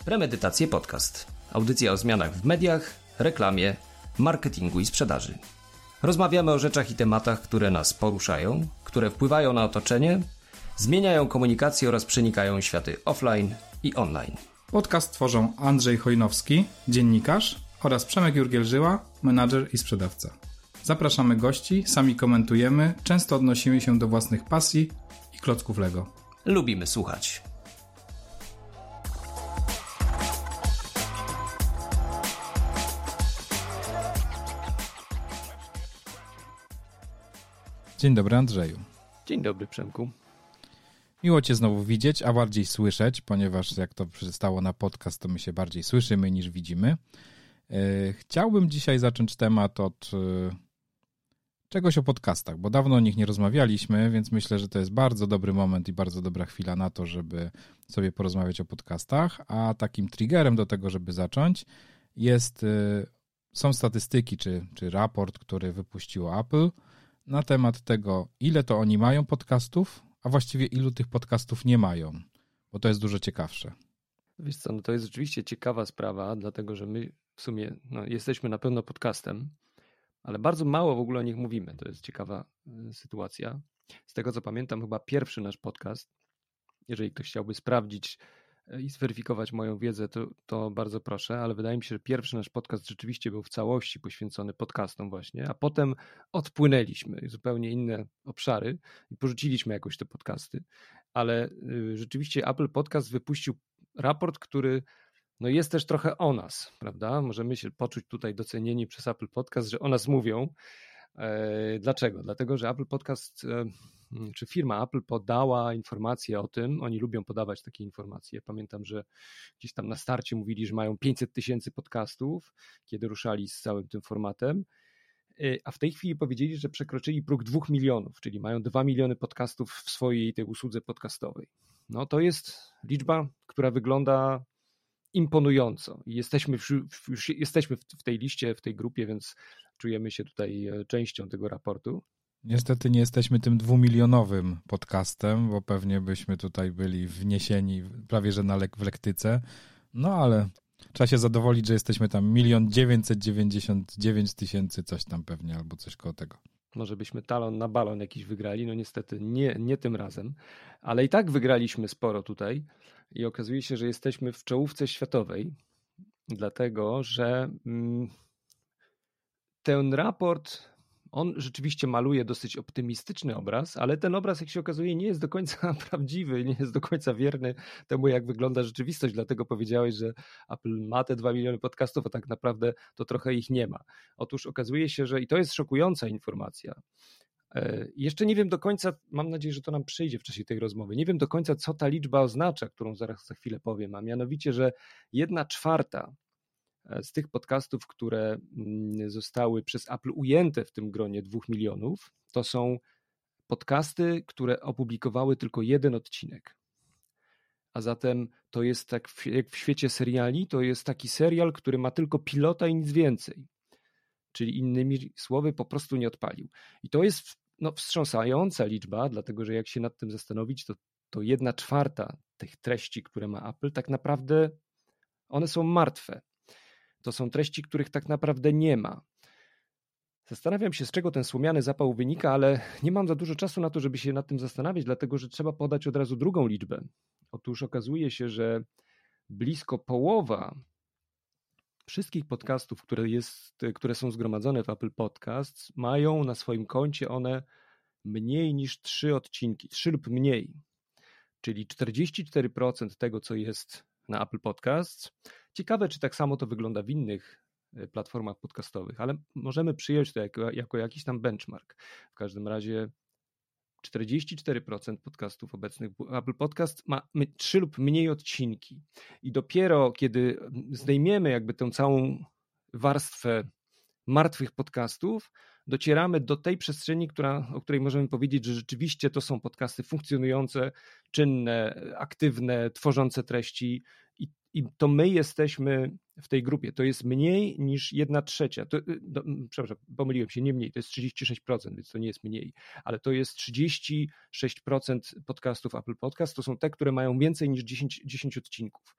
Premedytacje Podcast. Audycja o zmianach w mediach, reklamie, marketingu i sprzedaży. Rozmawiamy o rzeczach i tematach, które nas poruszają, które wpływają na otoczenie, zmieniają komunikację oraz przenikają światy offline i online. Podcast tworzą Andrzej Chojnowski, dziennikarz, oraz Przemek Jurgiel-Żyła, menadżer i sprzedawca. Zapraszamy gości, sami komentujemy, często odnosimy się do własnych pasji i klocków Lego. Lubimy słuchać. Dzień dobry, Andrzeju. Dzień dobry, Przemku. Miło Cię znowu widzieć, a bardziej słyszeć, ponieważ jak to przystało na podcast, to my się bardziej słyszymy niż widzimy. Chciałbym dzisiaj zacząć temat od czegoś o podcastach, bo dawno o nich nie rozmawialiśmy, więc myślę, że to jest bardzo dobry moment i bardzo dobra chwila na to, żeby sobie porozmawiać o podcastach, a takim triggerem do tego, żeby zacząć są statystyki czy raport, który wypuściło Apple na temat tego, ile to oni mają podcastów, a właściwie ilu tych podcastów nie mają, bo to jest dużo ciekawsze. Wiesz co, no to jest rzeczywiście ciekawa sprawa, dlatego że my w sumie jesteśmy na pewno podcastem, ale bardzo mało w ogóle o nich mówimy. To jest ciekawa sytuacja. Z tego co pamiętam, chyba pierwszy nasz podcast, jeżeli ktoś chciałby sprawdzić i zweryfikować moją wiedzę, to bardzo proszę, ale wydaje mi się, że pierwszy nasz podcast rzeczywiście był w całości poświęcony podcastom właśnie, a potem odpłynęliśmy zupełnie inne obszary i porzuciliśmy jakoś te podcasty, ale rzeczywiście Apple Podcast wypuścił raport, który jest też trochę o nas, prawda? Możemy się poczuć tutaj docenieni przez Apple Podcast, że o nas mówią. Dlaczego? Dlatego, że Apple Podcast, czy firma Apple podała informacje o tym, oni lubią podawać takie informacje. Pamiętam, że gdzieś tam na starcie mówili, że mają 500 000 podcastów, kiedy ruszali z całym tym formatem, a w tej chwili powiedzieli, że przekroczyli próg 2 milionów, czyli mają 2 miliony podcastów w swojej tej usłudze podcastowej. No to jest liczba, która wygląda imponująco. Już jesteśmy w tej liście, w tej grupie, więc czujemy się tutaj częścią tego raportu. Niestety nie jesteśmy tym 2-milionowym podcastem, bo pewnie byśmy tutaj byli wniesieni prawie że w lektyce. No ale trzeba się zadowolić, że jesteśmy tam 1 999 000, coś tam pewnie, albo coś koło tego. Może byśmy talon na balon jakiś wygrali, no niestety nie tym razem, ale i tak wygraliśmy sporo tutaj i okazuje się, że jesteśmy w czołówce światowej, dlatego że ten raport, on rzeczywiście maluje dosyć optymistyczny obraz, ale ten obraz, jak się okazuje, nie jest do końca prawdziwy, nie jest do końca wierny temu, jak wygląda rzeczywistość. Dlatego powiedziałeś, że Apple ma te 2 miliony podcastów, a tak naprawdę to trochę ich nie ma. Otóż okazuje się, że i to jest szokująca informacja. Jeszcze nie wiem do końca, mam nadzieję, że to nam przyjdzie w czasie tej rozmowy, nie wiem do końca, co ta liczba oznacza, którą zaraz za chwilę powiem, a mianowicie, że 1/4 z tych podcastów, które zostały przez Apple ujęte w tym gronie 2 milionów, to są podcasty, które opublikowały tylko jeden odcinek. A zatem to jest tak jak w świecie seriali, to jest taki serial, który ma tylko pilota i nic więcej. Czyli innymi słowy po prostu nie odpalił. I to jest wstrząsająca liczba, dlatego że jak się nad tym zastanowić, to 1/4 tych treści, które ma Apple, tak naprawdę one są martwe. To są treści, których tak naprawdę nie ma. Zastanawiam się, z czego ten słomiany zapał wynika, ale nie mam za dużo czasu na to, żeby się nad tym zastanawiać, dlatego że trzeba podać od razu drugą liczbę. Otóż okazuje się, że blisko połowa wszystkich podcastów, które są zgromadzone w Apple Podcasts, mają na swoim koncie one mniej niż 3 odcinki, 3 lub mniej. Czyli 44% tego, co jest na Apple Podcasts. Ciekawe, czy tak samo to wygląda w innych platformach podcastowych, ale możemy przyjąć to jako jakiś tam benchmark. W każdym razie 44% podcastów obecnych w Apple Podcast ma 3 lub mniej odcinki. I dopiero kiedy zdejmiemy jakby tę całą warstwę martwych podcastów, docieramy do tej przestrzeni, o której możemy powiedzieć, że rzeczywiście to są podcasty funkcjonujące, czynne, aktywne, tworzące treści i to my jesteśmy w tej grupie. To jest mniej niż 1/3. Przepraszam, pomyliłem się, nie mniej, to jest 36%, więc to nie jest mniej, ale to jest 36% podcastów Apple Podcast, to są te, które mają więcej niż 10 odcinków.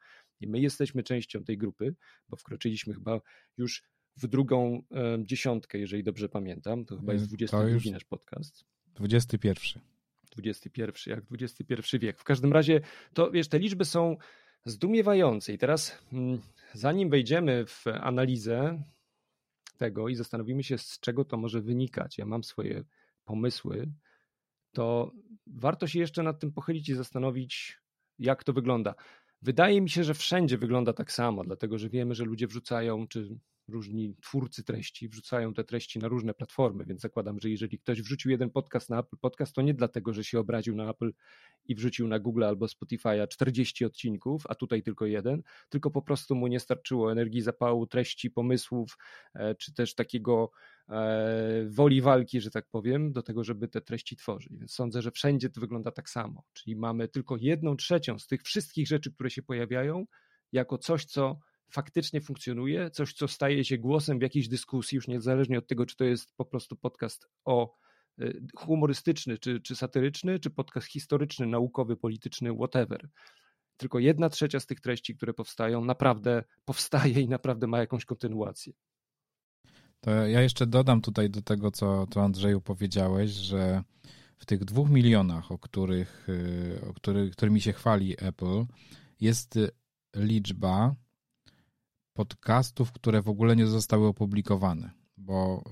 I my jesteśmy częścią tej grupy, bo wkroczyliśmy chyba już w drugą dziesiątkę, jeżeli dobrze pamiętam. To chyba jest 22 nasz podcast. 21. 21, jak XXI wiek. W każdym razie, to wiesz, te liczby są zdumiewające. I teraz, zanim wejdziemy w analizę tego i zastanowimy się, z czego to może wynikać, ja mam swoje pomysły, to warto się jeszcze nad tym pochylić i zastanowić, jak to wygląda. Wydaje mi się, że wszędzie wygląda tak samo, dlatego że wiemy, że ludzie wrzucają, czy różni twórcy treści wrzucają te treści na różne platformy, więc zakładam, że jeżeli ktoś wrzucił jeden podcast na Apple Podcast, to nie dlatego, że się obraził na Apple i wrzucił na Google albo Spotify'a 40 odcinków, a tutaj tylko jeden, tylko po prostu mu nie starczyło energii, zapału, treści, pomysłów, czy też takiego woli walki, że tak powiem, do tego, żeby te treści tworzyć. Więc sądzę, że wszędzie to wygląda tak samo, czyli mamy tylko 1/3 z tych wszystkich rzeczy, które się pojawiają, jako coś, co faktycznie funkcjonuje, coś, co staje się głosem w jakiejś dyskusji, już niezależnie od tego, czy to jest po prostu podcast humorystyczny, czy satyryczny, czy podcast historyczny, naukowy, polityczny, whatever. Tylko 1/3 z tych treści, które powstają, naprawdę powstaje i naprawdę ma jakąś kontynuację. To ja jeszcze dodam tutaj do tego, co Andrzeju powiedziałeś, że w tych 2 milionach, którymi się chwali Apple, jest liczba podcastów, które w ogóle nie zostały opublikowane, bo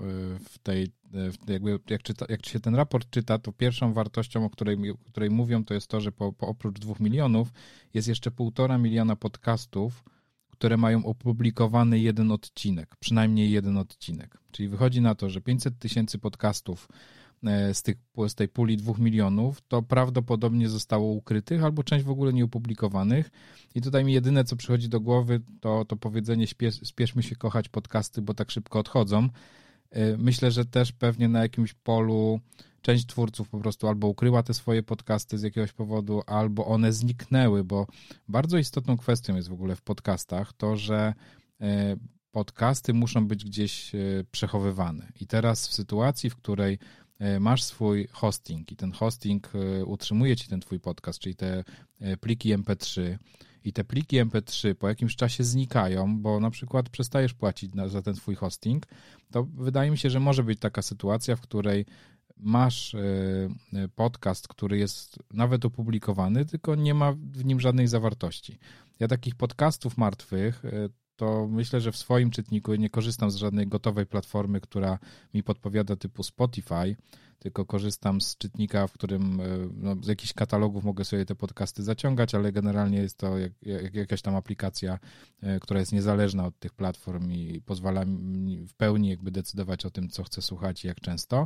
jak się ten raport czyta, to pierwszą wartością, o której mówią, to jest to, że oprócz 2 milionów jest jeszcze 1,5 miliona podcastów, które mają opublikowany jeden odcinek, przynajmniej jeden odcinek. Czyli wychodzi na to, że 500 000 podcastów z tej puli 2 milionów to prawdopodobnie zostało ukrytych albo część w ogóle nieopublikowanych. I tutaj mi jedyne, co przychodzi do głowy, to powiedzenie spieszmy się kochać podcasty, bo tak szybko odchodzą. Myślę, że też pewnie na jakimś polu część twórców po prostu albo ukryła te swoje podcasty z jakiegoś powodu, albo one zniknęły, bo bardzo istotną kwestią jest w ogóle w podcastach to, że podcasty muszą być gdzieś przechowywane. I teraz w sytuacji, w której masz swój hosting i ten hosting utrzymuje ci ten twój podcast, czyli te pliki MP3 i te pliki MP3 po jakimś czasie znikają, bo na przykład przestajesz płacić za ten twój hosting, to wydaje mi się, że może być taka sytuacja, w której masz podcast, który jest nawet opublikowany, tylko nie ma w nim żadnej zawartości. Ja takich podcastów martwych to myślę, że w swoim czytniku nie korzystam z żadnej gotowej platformy, która mi podpowiada typu Spotify, tylko korzystam z czytnika, w którym z jakichś katalogów mogę sobie te podcasty zaciągać, ale generalnie jest to jakaś tam aplikacja, która jest niezależna od tych platform i pozwala mi w pełni jakby decydować o tym, co chcę słuchać i jak często.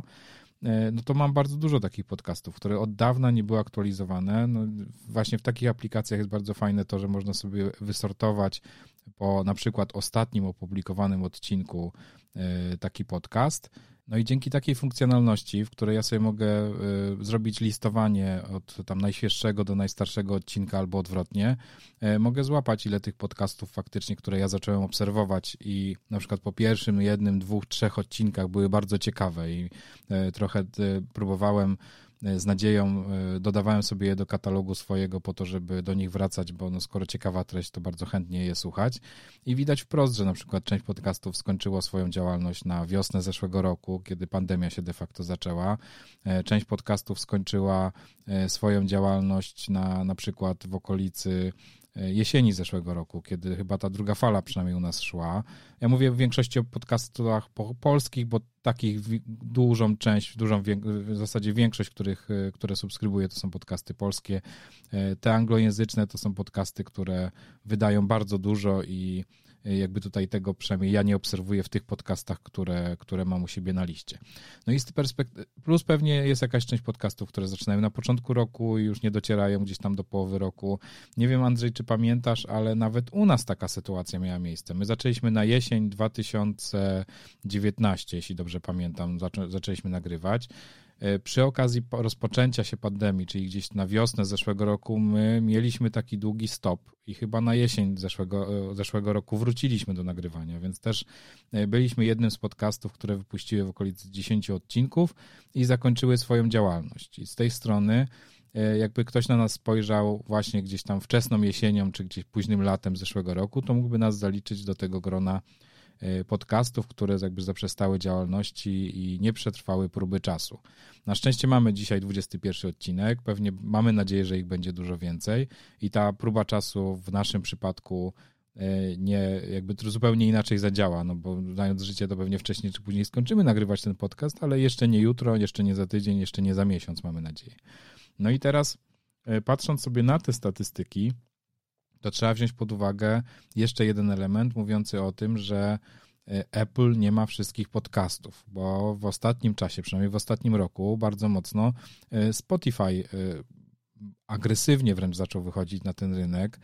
No to mam bardzo dużo takich podcastów, które od dawna nie były aktualizowane. No właśnie w takich aplikacjach jest bardzo fajne to, że można sobie wysortować po na przykład ostatnim opublikowanym odcinku taki podcast. No i dzięki takiej funkcjonalności, w której ja sobie mogę zrobić listowanie od tam najświeższego do najstarszego odcinka albo odwrotnie, mogę złapać ile tych podcastów faktycznie, które ja zacząłem obserwować i na przykład po pierwszym, 1, 2, 3 odcinkach były bardzo ciekawe i trochę próbowałem z nadzieją, dodawałem sobie je do katalogu swojego po to, żeby do nich wracać, bo no skoro ciekawa treść, to bardzo chętnie je słuchać. I widać wprost, że na przykład część podcastów skończyło swoją działalność na wiosnę zeszłego roku, kiedy pandemia się de facto zaczęła. Część podcastów skończyła swoją działalność na przykład w okolicy jesieni zeszłego roku, kiedy chyba ta druga fala przynajmniej u nas szła. Ja mówię w większości o podcastach polskich, bo takich dużą część, w zasadzie większość, które subskrybuję, to są podcasty polskie. Te anglojęzyczne to są podcasty, które wydają bardzo dużo i jakby tutaj tego przynajmniej ja nie obserwuję w tych podcastach, które mam u siebie na liście. No i z plus pewnie jest jakaś część podcastów, które zaczynają na początku roku i już nie docierają gdzieś tam do połowy roku. Nie wiem, Andrzej, czy pamiętasz, ale nawet u nas taka sytuacja miała miejsce. My zaczęliśmy na jesień 2019, jeśli dobrze pamiętam, zaczęliśmy nagrywać. Przy okazji rozpoczęcia się pandemii, czyli gdzieś na wiosnę zeszłego roku, my mieliśmy taki długi stop i chyba na jesień zeszłego roku wróciliśmy do nagrywania, więc też byliśmy jednym z podcastów, które wypuściły w okolicy 10 odcinków i zakończyły swoją działalność. I z tej strony jakby ktoś na nas spojrzał właśnie gdzieś tam wczesną jesienią, czy gdzieś późnym latem zeszłego roku, to mógłby nas zaliczyć do tego grona podcastów, które jakby zaprzestały działalności i nie przetrwały próby czasu. Na szczęście mamy dzisiaj 21 odcinek, pewnie mamy nadzieję, że ich będzie dużo więcej i ta próba czasu w naszym przypadku nie, jakby to zupełnie inaczej zadziała, no bo znając życie, to pewnie wcześniej czy później skończymy nagrywać ten podcast, ale jeszcze nie jutro, jeszcze nie za tydzień, jeszcze nie za miesiąc, mamy nadzieję. No i teraz patrząc sobie na te statystyki, to trzeba wziąć pod uwagę jeszcze jeden element mówiący o tym, że Apple nie ma wszystkich podcastów, bo w ostatnim czasie, przynajmniej w ostatnim roku, bardzo mocno Spotify agresywnie wręcz zaczął wychodzić na ten rynek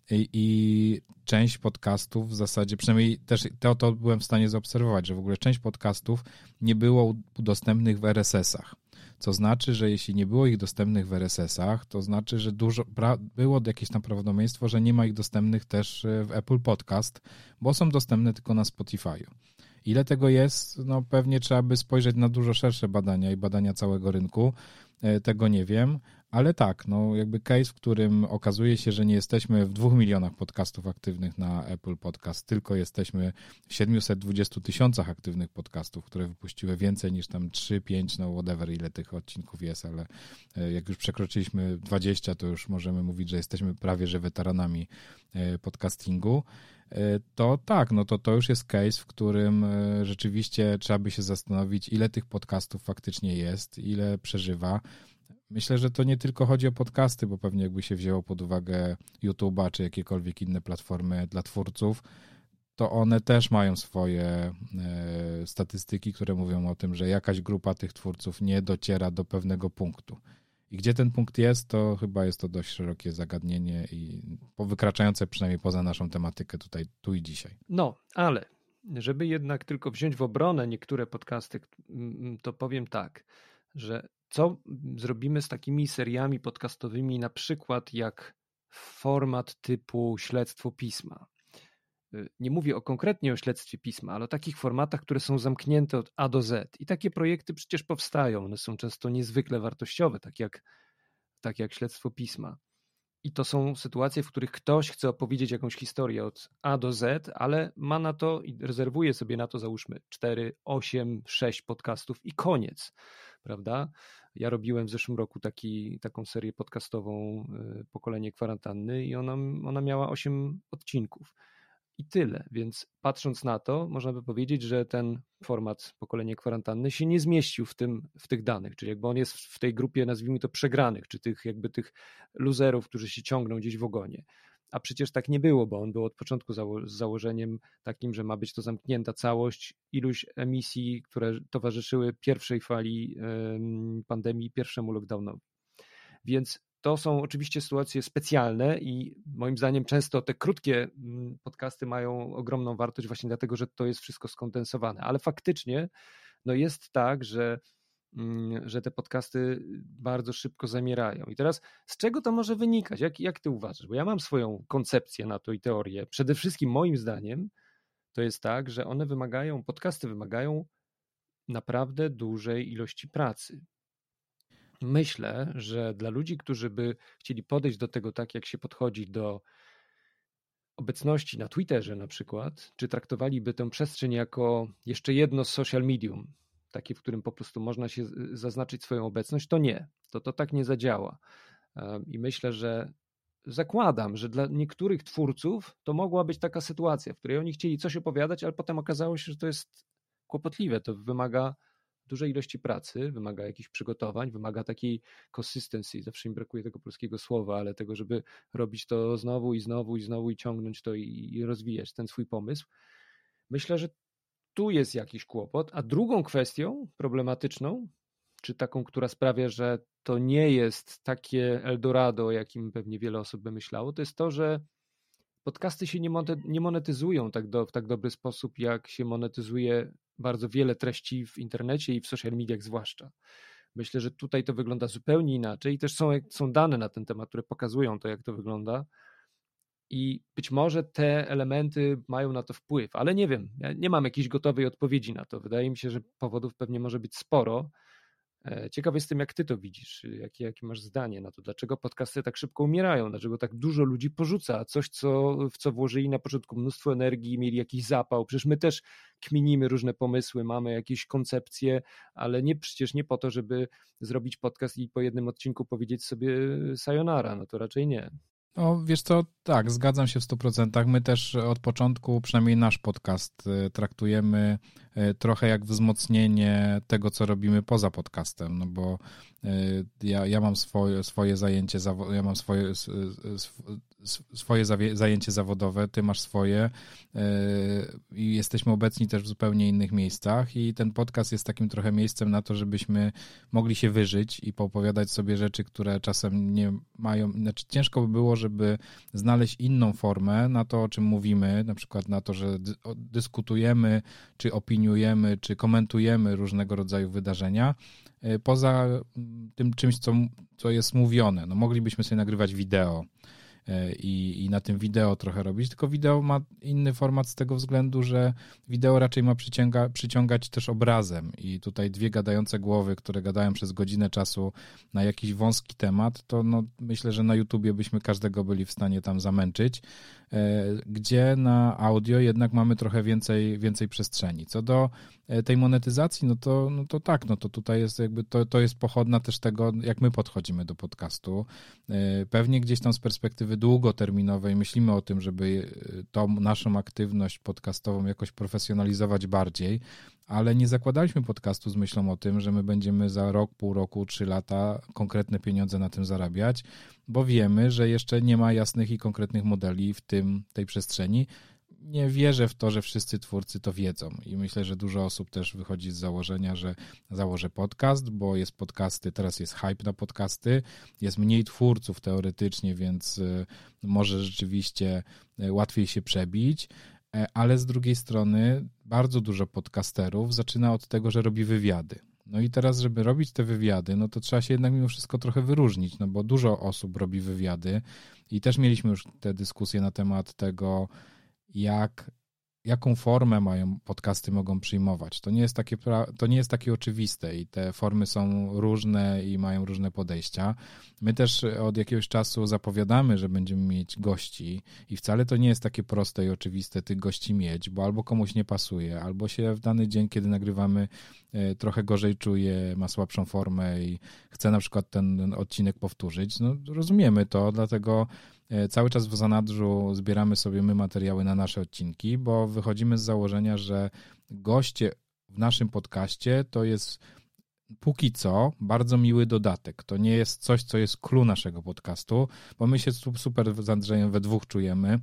i część podcastów w zasadzie, przynajmniej też to byłem w stanie zaobserwować, że w ogóle część podcastów nie było dostępnych w RSS-ach. Co znaczy, że jeśli nie było ich dostępnych w RSS-ach, to znaczy, że było jakieś tam prawdopodobieństwo, że nie ma ich dostępnych też w Apple Podcast, bo są dostępne tylko na Spotify'u. Ile tego jest? No pewnie trzeba by spojrzeć na dużo szersze badania i badania całego rynku. Tego nie wiem, ale tak, no jakby case, w którym okazuje się, że nie jesteśmy w 2 milionach podcastów aktywnych na Apple Podcast, tylko jesteśmy w 720 000 aktywnych podcastów, które wypuściły więcej niż tam 3, 5, no whatever, ile tych odcinków jest, ale jak już przekroczyliśmy 20, to już możemy mówić, że jesteśmy prawie że weteranami podcastingu. To tak, no to już jest case, w którym rzeczywiście trzeba by się zastanowić, ile tych podcastów faktycznie jest, ile przeżywa. Myślę, że to nie tylko chodzi o podcasty, bo pewnie jakby się wzięło pod uwagę YouTube'a czy jakiekolwiek inne platformy dla twórców, to one też mają swoje statystyki, które mówią o tym, że jakaś grupa tych twórców nie dociera do pewnego punktu. I gdzie ten punkt jest, to chyba jest to dość szerokie zagadnienie i wykraczające przynajmniej poza naszą tematykę tutaj, tu i dzisiaj. No, ale żeby jednak tylko wziąć w obronę niektóre podcasty, to powiem tak, że co zrobimy z takimi seriami podcastowymi, na przykład jak format typu Śledztwo Pisma. Nie mówię konkretnie o Śledztwie Pisma, ale o takich formatach, które są zamknięte od A do Z. I takie projekty przecież powstają. One są często niezwykle wartościowe, tak jak Śledztwo Pisma. I to są sytuacje, w których ktoś chce opowiedzieć jakąś historię od A do Z, ale ma na to i rezerwuje sobie na to, załóżmy, 4, 8, 6 podcastów i koniec, prawda? Ja robiłem w zeszłym roku taką serię podcastową Pokolenie Kwarantanny i ona miała 8 odcinków. I tyle, więc patrząc na to, można by powiedzieć, że ten format Pokolenie Kwarantanny się nie zmieścił w tych danych, czyli jakby on jest w tej grupie, nazwijmy to, przegranych, czy tych luzerów, którzy się ciągną gdzieś w ogonie. A przecież tak nie było, bo on był od początku z założeniem takim, że ma być to zamknięta całość, iluś emisji, które towarzyszyły pierwszej fali pandemii, pierwszemu lockdownowi. Więc to są oczywiście sytuacje specjalne i moim zdaniem często te krótkie podcasty mają ogromną wartość właśnie dlatego, że to jest wszystko skondensowane, ale faktycznie no jest tak, że te podcasty bardzo szybko zamierają. I teraz z czego to może wynikać? Jak ty uważasz? Bo ja mam swoją koncepcję na to i teorię. Przede wszystkim moim zdaniem to jest tak, że podcasty wymagają naprawdę dużej ilości pracy. Myślę, że dla ludzi, którzy by chcieli podejść do tego tak, jak się podchodzi do obecności na Twitterze na przykład, czy traktowaliby tę przestrzeń jako jeszcze jedno social medium, takie, w którym po prostu można się zaznaczyć swoją obecność, to nie. To tak nie zadziała. I myślę, że zakładam, że dla niektórych twórców to mogła być taka sytuacja, w której oni chcieli coś opowiadać, ale potem okazało się, że to jest kłopotliwe, to wymaga dużej ilości pracy, wymaga jakichś przygotowań, wymaga takiej consistency, zawsze mi brakuje tego polskiego słowa, ale tego, żeby robić to znowu i znowu i znowu i ciągnąć to i rozwijać ten swój pomysł. Myślę, że tu jest jakiś kłopot, a drugą kwestią problematyczną, czy taką, która sprawia, że to nie jest takie Eldorado, o jakim pewnie wiele osób by myślało, to jest to, że podcasty się nie monetyzują w tak dobry sposób, jak się monetyzuje bardzo wiele treści w internecie i w social mediach zwłaszcza. Myślę, że tutaj to wygląda zupełnie inaczej i też są dane na ten temat, które pokazują to, jak to wygląda i być może te elementy mają na to wpływ, ale nie wiem, ja nie mam jakiejś gotowej odpowiedzi na to. Wydaje mi się, że powodów pewnie może być sporo, Ciekaw jestem, jak ty to widzisz, jakie masz zdanie na to, dlaczego podcasty tak szybko umierają, dlaczego tak dużo ludzi porzuca coś, w co włożyli na początku mnóstwo energii, mieli jakiś zapał. Przecież my też kminimy różne pomysły, mamy jakieś koncepcje, ale przecież nie po to, żeby zrobić podcast i po jednym odcinku powiedzieć sobie sayonara, no to raczej nie. No wiesz co, tak, zgadzam się w 100%. My też od początku, przynajmniej nasz podcast, traktujemy trochę jak wzmocnienie tego, co robimy poza podcastem, no bo ja mam swoje zajęcie, ja mam swoje zajęcie zawodowe, ty masz swoje i jesteśmy obecni też w zupełnie innych miejscach i ten podcast jest takim trochę miejscem na to, żebyśmy mogli się wyżyć i poopowiadać sobie rzeczy, które czasem nie mają, znaczy ciężko by było, żeby znaleźć inną formę na to, o czym mówimy, na przykład na to, że dyskutujemy, czy opiniujemy, czy komentujemy różnego rodzaju wydarzenia, poza tym czymś, co jest mówione. No, moglibyśmy sobie nagrywać wideo i na tym wideo trochę robić, tylko wideo ma inny format z tego względu, że wideo raczej ma przyciągać też obrazem i tutaj dwie gadające głowy, które gadają przez godzinę czasu na jakiś wąski temat, to no, myślę, że na YouTubie byśmy każdego byli w stanie tam zamęczyć, gdzie na audio jednak mamy trochę więcej przestrzeni. Co do tej monetyzacji, no to tak, no to tutaj jest jakby, to jest pochodna też tego, jak my podchodzimy do podcastu. Pewnie gdzieś tam z perspektywy długoterminowej myślimy o tym, żeby tą naszą aktywność podcastową jakoś profesjonalizować bardziej, ale nie zakładaliśmy podcastu z myślą o tym, że my będziemy za rok, pół roku, 3 lata konkretne pieniądze na tym zarabiać, bo wiemy, że jeszcze nie ma jasnych i konkretnych modeli w tej przestrzeni. Nie wierzę w to, że wszyscy twórcy to wiedzą i myślę, że dużo osób też wychodzi z założenia, że założę podcast, bo jest podcasty, teraz jest hype na podcasty, jest mniej twórców teoretycznie, więc może rzeczywiście łatwiej się przebić, ale z drugiej strony bardzo dużo podcasterów zaczyna od tego, że robi wywiady. No i teraz, żeby robić te wywiady, no to trzeba się jednak mimo wszystko trochę wyróżnić, no bo dużo osób robi wywiady i też mieliśmy już te dyskusje na temat tego, jaką formę podcasty mogą przyjmować. To nie jest takie oczywiste i te formy są różne i mają różne podejścia. My też od jakiegoś czasu zapowiadamy, że będziemy mieć gości i wcale to nie jest takie proste i oczywiste tych gości mieć, bo albo komuś nie pasuje, albo się w dany dzień, kiedy nagrywamy, trochę gorzej czuje, ma słabszą formę i chce na przykład ten odcinek powtórzyć. No rozumiemy to, dlatego cały czas w zanadrzu zbieramy sobie my materiały na nasze odcinki, bo wychodzimy z założenia, że goście w naszym podcaście to jest póki co bardzo miły dodatek. To nie jest coś, co jest clue naszego podcastu, bo my się super z Andrzejem we dwóch czujemy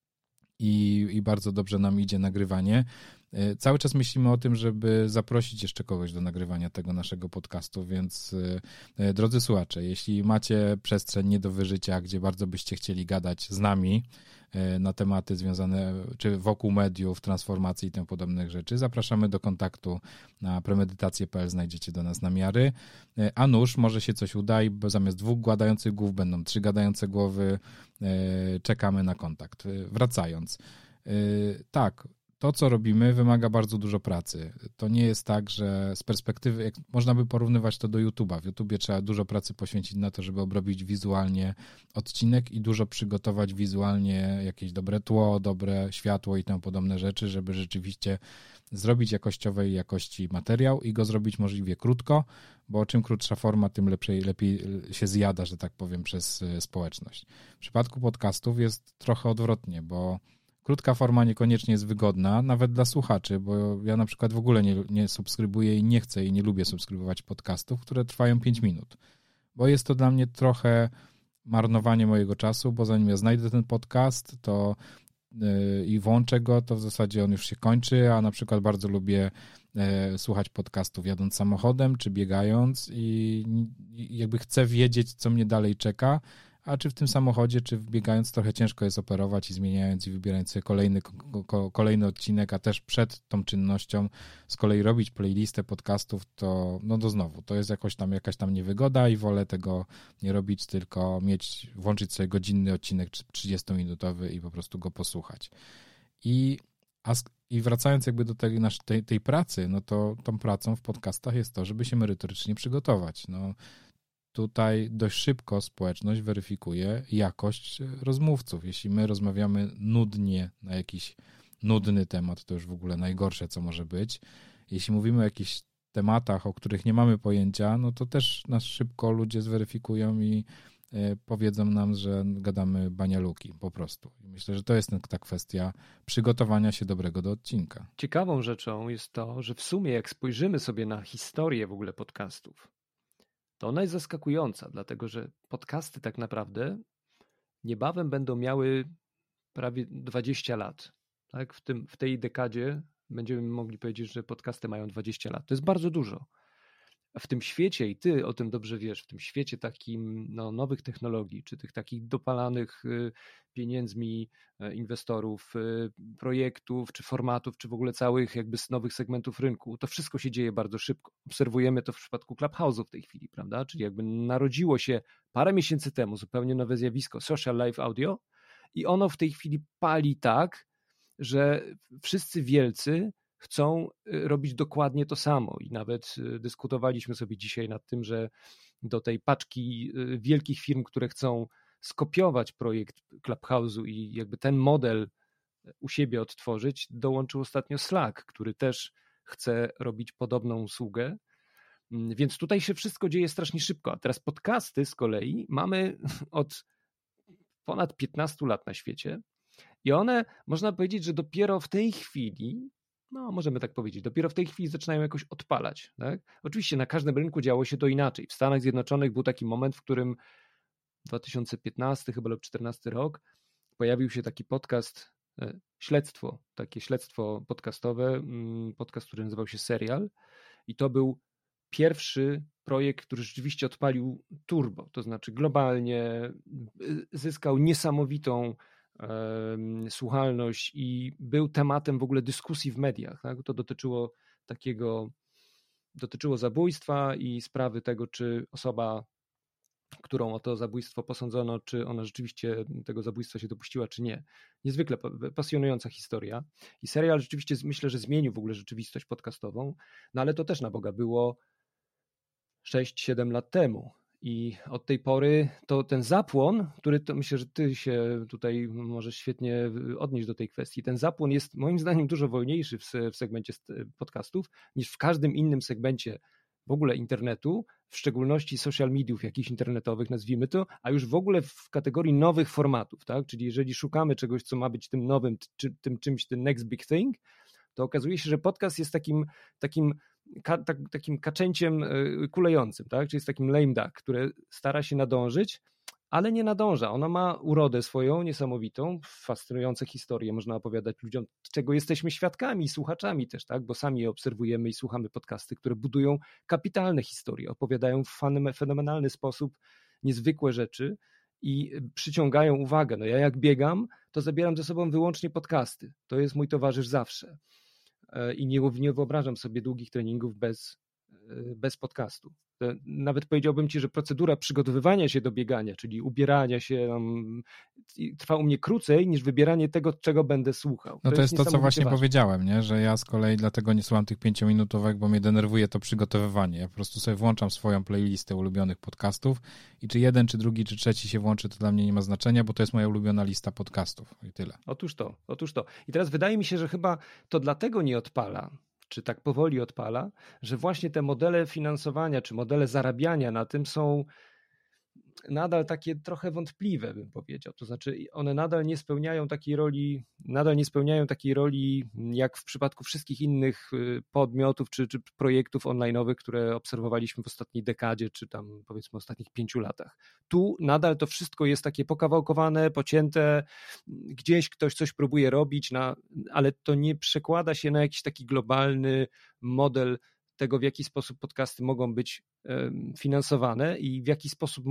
i bardzo dobrze nam idzie nagrywanie. Cały czas myślimy o tym, żeby zaprosić jeszcze kogoś do nagrywania tego naszego podcastu, więc drodzy słuchacze, jeśli macie przestrzeń nie do wyżycia, gdzie bardzo byście chcieli gadać z nami na tematy związane, czy wokół mediów, transformacji i tym podobnych rzeczy, zapraszamy do kontaktu na premedytacje.pl, znajdziecie do nas namiary, a nuż może się coś uda, bo zamiast 2 gadających głów będą 3 gadające głowy, czekamy na kontakt. Wracając, tak, to, co robimy, wymaga bardzo dużo pracy. To nie jest tak, że z perspektywy, jak można by porównywać to do YouTube'a. W YouTubie trzeba dużo pracy poświęcić na to, żeby obrobić wizualnie odcinek i dużo przygotować wizualnie jakieś dobre tło, dobre światło i tym podobne rzeczy, żeby rzeczywiście zrobić jakościowej jakości materiał i go zrobić możliwie krótko, bo czym krótsza forma, tym lepiej się zjada, że tak powiem, przez społeczność. W przypadku podcastów jest trochę odwrotnie, bo krótka forma niekoniecznie jest wygodna, nawet dla słuchaczy, bo ja na przykład w ogóle nie subskrybuję i nie chcę i nie lubię subskrybować podcastów, które trwają 5 minut, bo jest to dla mnie trochę marnowanie mojego czasu, bo zanim ja znajdę ten podcast i włączę go, to w zasadzie on już się kończy, a na przykład bardzo lubię słuchać podcastów jadąc samochodem czy biegając i jakby chcę wiedzieć, co mnie dalej czeka, a czy w tym samochodzie, czy biegając trochę ciężko jest operować i zmieniając i wybierając sobie kolejny odcinek, a też przed tą czynnością z kolei robić playlistę podcastów, to znowu, to jest jakaś tam niewygoda i wolę tego nie robić, tylko włączyć sobie godzinny odcinek 30-minutowy i po prostu go posłuchać. I wracając jakby do tej pracy, no to tą pracą w podcastach jest to, żeby się merytorycznie przygotować. No, tutaj dość szybko społeczność weryfikuje jakość rozmówców. Jeśli my rozmawiamy nudnie na jakiś nudny temat, to już w ogóle najgorsze, co może być. Jeśli mówimy o jakichś tematach, o których nie mamy pojęcia, no to też nas szybko ludzie zweryfikują i powiedzą nam, że gadamy banialuki po prostu. I myślę, że to jest ta kwestia przygotowania się dobrego do odcinka. Ciekawą rzeczą jest to, że w sumie jak spojrzymy sobie na historię w ogóle podcastów, to ona jest zaskakująca, dlatego że podcasty tak naprawdę niebawem będą miały prawie 20 lat. Tak? W tej dekadzie będziemy mogli powiedzieć, że podcasty mają 20 lat. To jest bardzo dużo. W tym świecie, i ty o tym dobrze wiesz, w tym świecie takim nowych technologii, czy tych takich dopalanych pieniędzmi inwestorów, projektów, czy formatów, czy w ogóle całych jakby nowych segmentów rynku, to wszystko się dzieje bardzo szybko. Obserwujemy to w przypadku Clubhouse'u w tej chwili, prawda? Czyli jakby narodziło się parę miesięcy temu zupełnie nowe zjawisko social live audio i ono w tej chwili pali tak, że wszyscy wielcy chcą robić dokładnie to samo i nawet dyskutowaliśmy sobie dzisiaj nad tym, że do tej paczki wielkich firm, które chcą skopiować projekt Clubhouse'u i jakby ten model u siebie odtworzyć, dołączył ostatnio Slack, który też chce robić podobną usługę, więc tutaj się wszystko dzieje strasznie szybko, a teraz podcasty z kolei mamy od ponad 15 lat na świecie i one, można powiedzieć, że dopiero w tej chwili, no możemy tak powiedzieć, dopiero w tej chwili zaczynają jakoś odpalać. Tak? Oczywiście na każdym rynku działo się to inaczej. W Stanach Zjednoczonych był taki moment, w którym 2015 chyba lub 2014 rok pojawił się taki podcast, takie śledztwo podcastowe, podcast, który nazywał się Serial i to był pierwszy projekt, który rzeczywiście odpalił turbo, to znaczy globalnie zyskał niesamowitą słuchalność i był tematem w ogóle dyskusji w mediach. Tak? To dotyczyło zabójstwa i sprawy tego, czy osoba, którą o to zabójstwo posądzono, czy ona rzeczywiście tego zabójstwa się dopuściła, czy nie. Niezwykle pasjonująca historia i serial rzeczywiście myślę, że zmienił w ogóle rzeczywistość podcastową, no ale to też na Boga było 6-7 lat temu. I od tej pory to ten zapłon, który to myślę, że ty się tutaj możesz świetnie odnieść do tej kwestii, ten zapłon jest moim zdaniem dużo wolniejszy w segmencie podcastów niż w każdym innym segmencie w ogóle internetu, w szczególności social mediów jakichś internetowych, nazwijmy to, a już w ogóle w kategorii nowych formatów, tak? Czyli jeżeli szukamy czegoś, co ma być tym nowym, tym czymś, tym next big thing, to okazuje się, że podcast jest takim kaczęciem kulejącym, tak? Czyli jest takim lame duck, które stara się nadążyć, ale nie nadąża. Ona ma urodę swoją niesamowitą, fascynujące historie można opowiadać ludziom, czego jesteśmy świadkami i słuchaczami też, tak? Bo sami je obserwujemy i słuchamy podcasty, które budują kapitalne historie, opowiadają w fenomenalny sposób niezwykłe rzeczy i przyciągają uwagę. No ja jak biegam, to zabieram ze sobą wyłącznie podcasty. To jest mój towarzysz zawsze. I nie wyobrażam sobie długich treningów bez podcastu. Nawet powiedziałbym ci, że procedura przygotowywania się do biegania, czyli ubierania się, trwa u mnie krócej niż wybieranie tego, czego będę słuchał. No to jest to, co właśnie powiedziałem, nie? Że ja z kolei dlatego nie słucham tych 5-minutówek, bo mnie denerwuje to przygotowywanie. Ja po prostu sobie włączam swoją playlistę ulubionych podcastów i czy jeden, czy drugi, czy trzeci się włączy, to dla mnie nie ma znaczenia, bo to jest moja ulubiona lista podcastów i tyle. Otóż to. I teraz wydaje mi się, że chyba to dlatego nie odpala, czy tak powoli odpala, że właśnie te modele finansowania, czy modele zarabiania na tym są nadal takie trochę wątpliwe, bym powiedział. To znaczy one nadal nie spełniają takiej roli jak w przypadku wszystkich innych podmiotów czy projektów online'owych, które obserwowaliśmy w ostatniej dekadzie, czy tam powiedzmy ostatnich 5 latach. Tu nadal to wszystko jest takie pokawałkowane, pocięte, gdzieś ktoś coś próbuje robić, ale to nie przekłada się na jakiś taki globalny model tego, w jaki sposób podcasty mogą być finansowane i w jaki sposób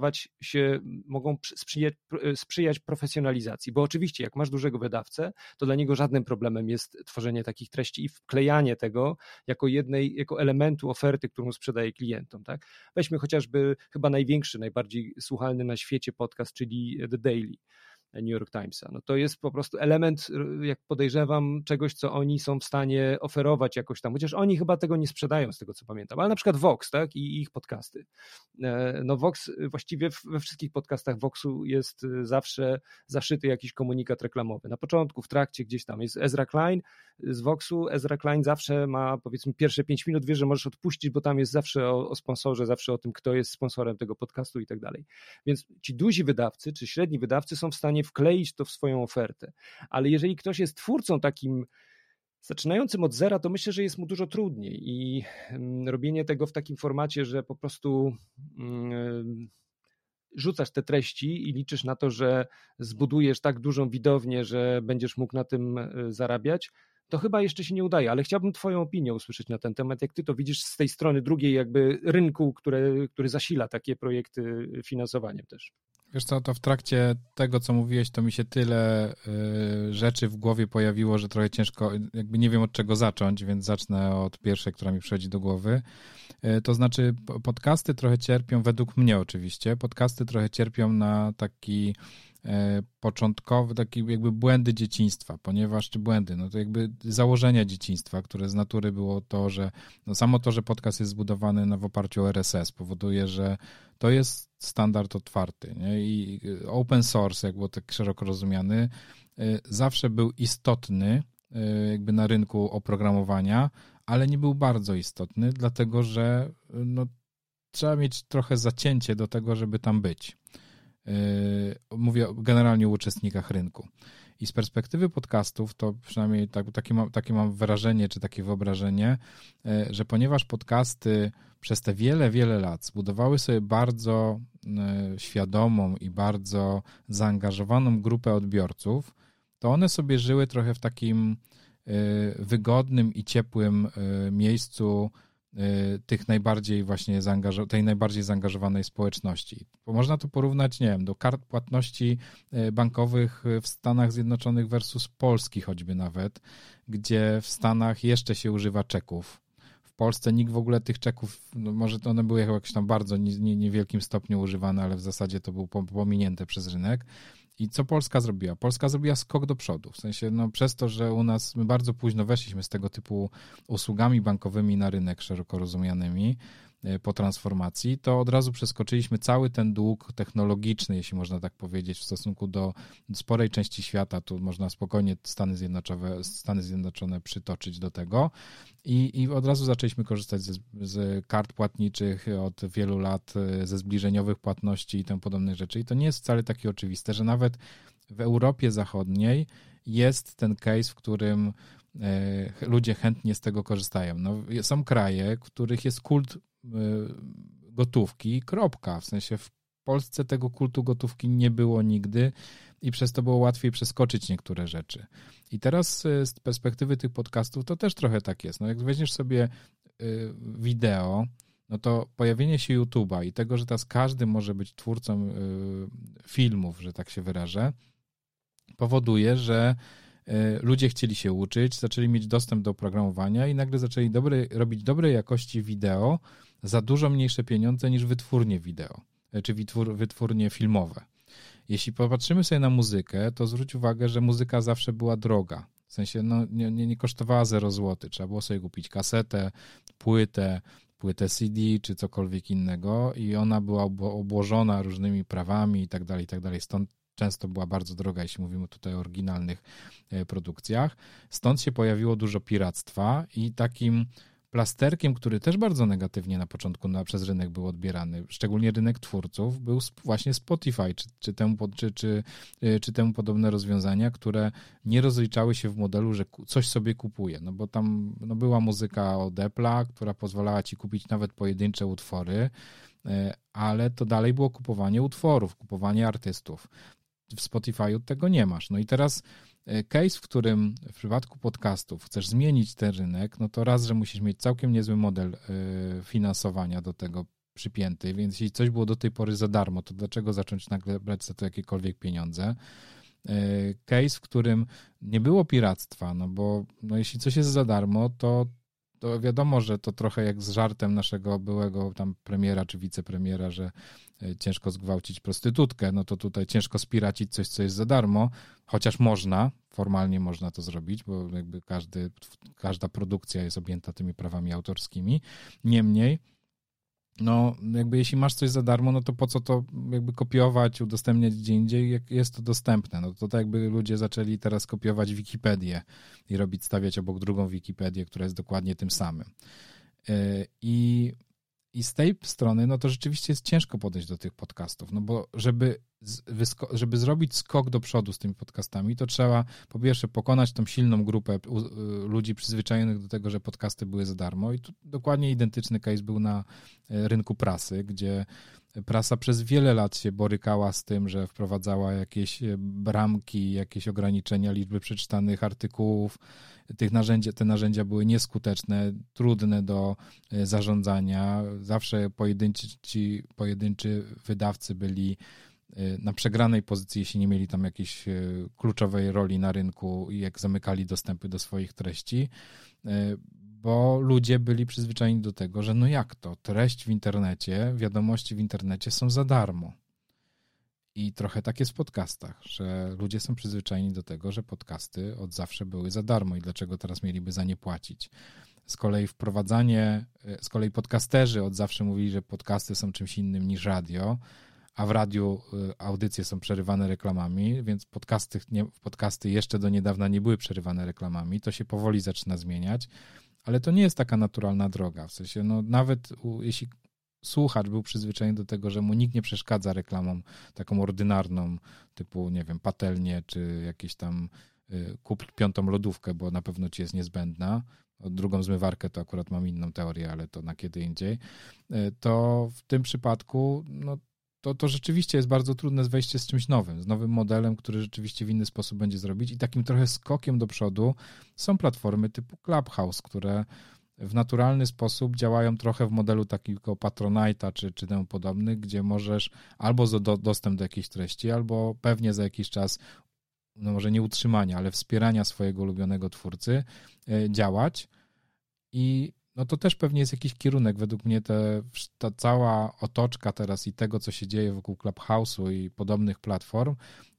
mogą sprzyjać profesjonalizacji. Bo oczywiście, jak masz dużego wydawcę, to dla niego żadnym problemem jest tworzenie takich treści i wklejanie tego jako elementu oferty, którą sprzedaje klientom. Tak? Weźmy chociażby chyba największy, najbardziej słuchalny na świecie podcast, czyli The Daily. New York Timesa. No to jest po prostu element, jak podejrzewam, czegoś, co oni są w stanie oferować jakoś tam, chociaż oni chyba tego nie sprzedają z tego, co pamiętam, ale na przykład Vox, tak, i ich podcasty. No Vox, właściwie we wszystkich podcastach Voxu jest zawsze zaszyty jakiś komunikat reklamowy. Na początku, w trakcie gdzieś tam jest Ezra Klein z Voxu. Ezra Klein zawsze ma, powiedzmy, pierwsze 5 minut, wiesz, że możesz odpuścić, bo tam jest zawsze o sponsorze, zawsze o tym, kto jest sponsorem tego podcastu i tak dalej. Więc ci duzi wydawcy, czy średni wydawcy są w stanie wkleić to w swoją ofertę. Ale jeżeli ktoś jest twórcą takim zaczynającym od zera, to myślę, że jest mu dużo trudniej i robienie tego w takim formacie, że po prostu rzucasz te treści i liczysz na to, że zbudujesz tak dużą widownię, że będziesz mógł na tym zarabiać, to chyba jeszcze się nie udaje, ale chciałbym twoją opinię usłyszeć na ten temat, jak ty to widzisz z tej strony drugiej jakby rynku, który zasila takie projekty finansowaniem też. Wiesz co, to w trakcie tego, co mówiłeś, to mi się tyle rzeczy w głowie pojawiło, że trochę ciężko, jakby nie wiem od czego zacząć, więc zacznę od pierwszej, która mi przychodzi do głowy. To znaczy podcasty trochę cierpią, według mnie oczywiście, podcasty trochę cierpią na taki początkowy, taki jakby błędy dzieciństwa, ponieważ, czy błędy, no to jakby założenia dzieciństwa, które z natury było to, że no samo to, że podcast jest zbudowany w oparciu o RSS powoduje, że to jest standard otwarty, nie? I open source, jak było tak szeroko rozumiany, zawsze był istotny jakby na rynku oprogramowania, ale nie był bardzo istotny, dlatego że no, trzeba mieć trochę zacięcie do tego, żeby tam być. Mówię generalnie o uczestnikach rynku. I z perspektywy podcastów, to przynajmniej takie mam wrażenie, czy takie wyobrażenie, że ponieważ podcasty przez te wiele, wiele lat zbudowały sobie bardzo świadomą i bardzo zaangażowaną grupę odbiorców, to one sobie żyły trochę w takim wygodnym i ciepłym miejscu tych najbardziej właśnie tej najbardziej zaangażowanej społeczności. Bo można to porównać, nie wiem, do kart płatności bankowych w Stanach Zjednoczonych versus Polski choćby nawet, gdzie w Stanach jeszcze się używa czeków. W Polsce nikt w ogóle tych czeków, no może one były jakoś tam bardzo niewielkim stopniu używane, ale w zasadzie to było pominięte przez rynek. I co Polska zrobiła? Polska zrobiła skok do przodu, w sensie no przez to, że u nas my bardzo późno weszliśmy z tego typu usługami bankowymi na rynek szeroko rozumianymi po transformacji, to od razu przeskoczyliśmy cały ten dług technologiczny, jeśli można tak powiedzieć, w stosunku do sporej części świata. Tu można spokojnie Stany Zjednoczone przytoczyć do tego i od razu zaczęliśmy korzystać z kart płatniczych od wielu lat, ze zbliżeniowych płatności i tym podobnych rzeczy. I to nie jest wcale takie oczywiste, że nawet w Europie Zachodniej jest ten case, w którym ludzie chętnie z tego korzystają. No, są kraje, w których jest kult gotówki, kropka. W sensie w Polsce tego kultu gotówki nie było nigdy i przez to było łatwiej przeskoczyć niektóre rzeczy. I teraz z perspektywy tych podcastów to też trochę tak jest. No jak weźmiesz sobie wideo, no to pojawienie się YouTube'a i tego, że teraz każdy może być twórcą filmów, że tak się wyrażę, powoduje, że ludzie chcieli się uczyć, zaczęli mieć dostęp do oprogramowania i nagle zaczęli robić dobrej jakości wideo za dużo mniejsze pieniądze niż wytwórnie wideo, czy wytwórnie filmowe. Jeśli popatrzymy sobie na muzykę, to zwróć uwagę, że muzyka zawsze była droga. W sensie no, nie kosztowała 0 zł. Trzeba było sobie kupić kasetę, płytę CD czy cokolwiek innego i ona była obłożona różnymi prawami i tak dalej. Stąd często była bardzo droga, jeśli mówimy tutaj o oryginalnych produkcjach. Stąd się pojawiło dużo piractwa i takim plasterkiem, który też bardzo negatywnie na początku przez rynek był odbierany, szczególnie rynek twórców, był właśnie Spotify, czy temu podobne rozwiązania, które nie rozliczały się w modelu, że coś sobie kupuje, no bo tam była muzyka od Apple'a, która pozwalała ci kupić nawet pojedyncze utwory, ale to dalej było kupowanie utworów, kupowanie artystów. W Spotify'u tego nie masz. No i teraz case, w którym w przypadku podcastów chcesz zmienić ten rynek, no to raz, że musisz mieć całkiem niezły model finansowania do tego przypięty, więc jeśli coś było do tej pory za darmo, to dlaczego zacząć nagle brać za to jakiekolwiek pieniądze? Case, w którym nie było piractwa, no bo no jeśli coś jest za darmo, to wiadomo, że to trochę jak z żartem naszego byłego tam premiera czy wicepremiera, że ciężko zgwałcić prostytutkę, no to tutaj ciężko spiracić coś, co jest za darmo, chociaż można, formalnie można to zrobić, bo jakby każda produkcja jest objęta tymi prawami autorskimi. Niemniej, no jakby jeśli masz coś za darmo, no to po co to jakby kopiować, udostępniać gdzie indziej, jak jest to dostępne. No to tak jakby ludzie zaczęli teraz kopiować Wikipedię i stawiać obok drugą Wikipedię, która jest dokładnie tym samym. I z tej strony, no to rzeczywiście jest ciężko podejść do tych podcastów, no bo żeby zrobić skok do przodu z tymi podcastami, to trzeba po pierwsze pokonać tą silną grupę ludzi przyzwyczajonych do tego, że podcasty były za darmo i tu dokładnie identyczny case był na rynku prasy, gdzie prasa przez wiele lat się borykała z tym, że wprowadzała jakieś bramki, jakieś ograniczenia liczby przeczytanych artykułów. Te narzędzia były nieskuteczne, trudne do zarządzania. Zawsze pojedynczy wydawcy byli na przegranej pozycji, jeśli nie mieli tam jakiejś kluczowej roli na rynku i jak zamykali dostępy do swoich treści, bo ludzie byli przyzwyczajeni do tego, że no jak to, treść w internecie, wiadomości w internecie są za darmo. I trochę tak jest w podcastach, że ludzie są przyzwyczajeni do tego, że podcasty od zawsze były za darmo i dlaczego teraz mieliby za nie płacić. Z kolei podcasterzy od zawsze mówili, że podcasty są czymś innym niż radio, a w radiu audycje są przerywane reklamami, więc podcasty jeszcze do niedawna nie były przerywane reklamami. To się powoli zaczyna zmieniać, ale to nie jest taka naturalna droga. W sensie, no nawet jeśli słuchacz był przyzwyczajony do tego, że mu nikt nie przeszkadza reklamą taką ordynarną, typu, nie wiem, patelnię, czy jakieś tam kup 5. lodówkę, bo na pewno ci jest niezbędna. Drugą zmywarkę to akurat mam inną teorię, ale to na kiedy indziej. To w tym przypadku, no to rzeczywiście jest bardzo trudne wejście z czymś nowym, z nowym modelem, który rzeczywiście w inny sposób będzie zrobić i takim trochę skokiem do przodu są platformy typu Clubhouse, które w naturalny sposób działają trochę w modelu takiego Patronite'a czy temu podobnych, gdzie możesz albo dostęp do jakiejś treści, albo pewnie za jakiś czas, no może nie utrzymania, ale wspierania swojego ulubionego twórcy działać i no to też pewnie jest jakiś kierunek. Według mnie ta cała otoczka teraz i tego, co się dzieje wokół Clubhouse'u i podobnych platform,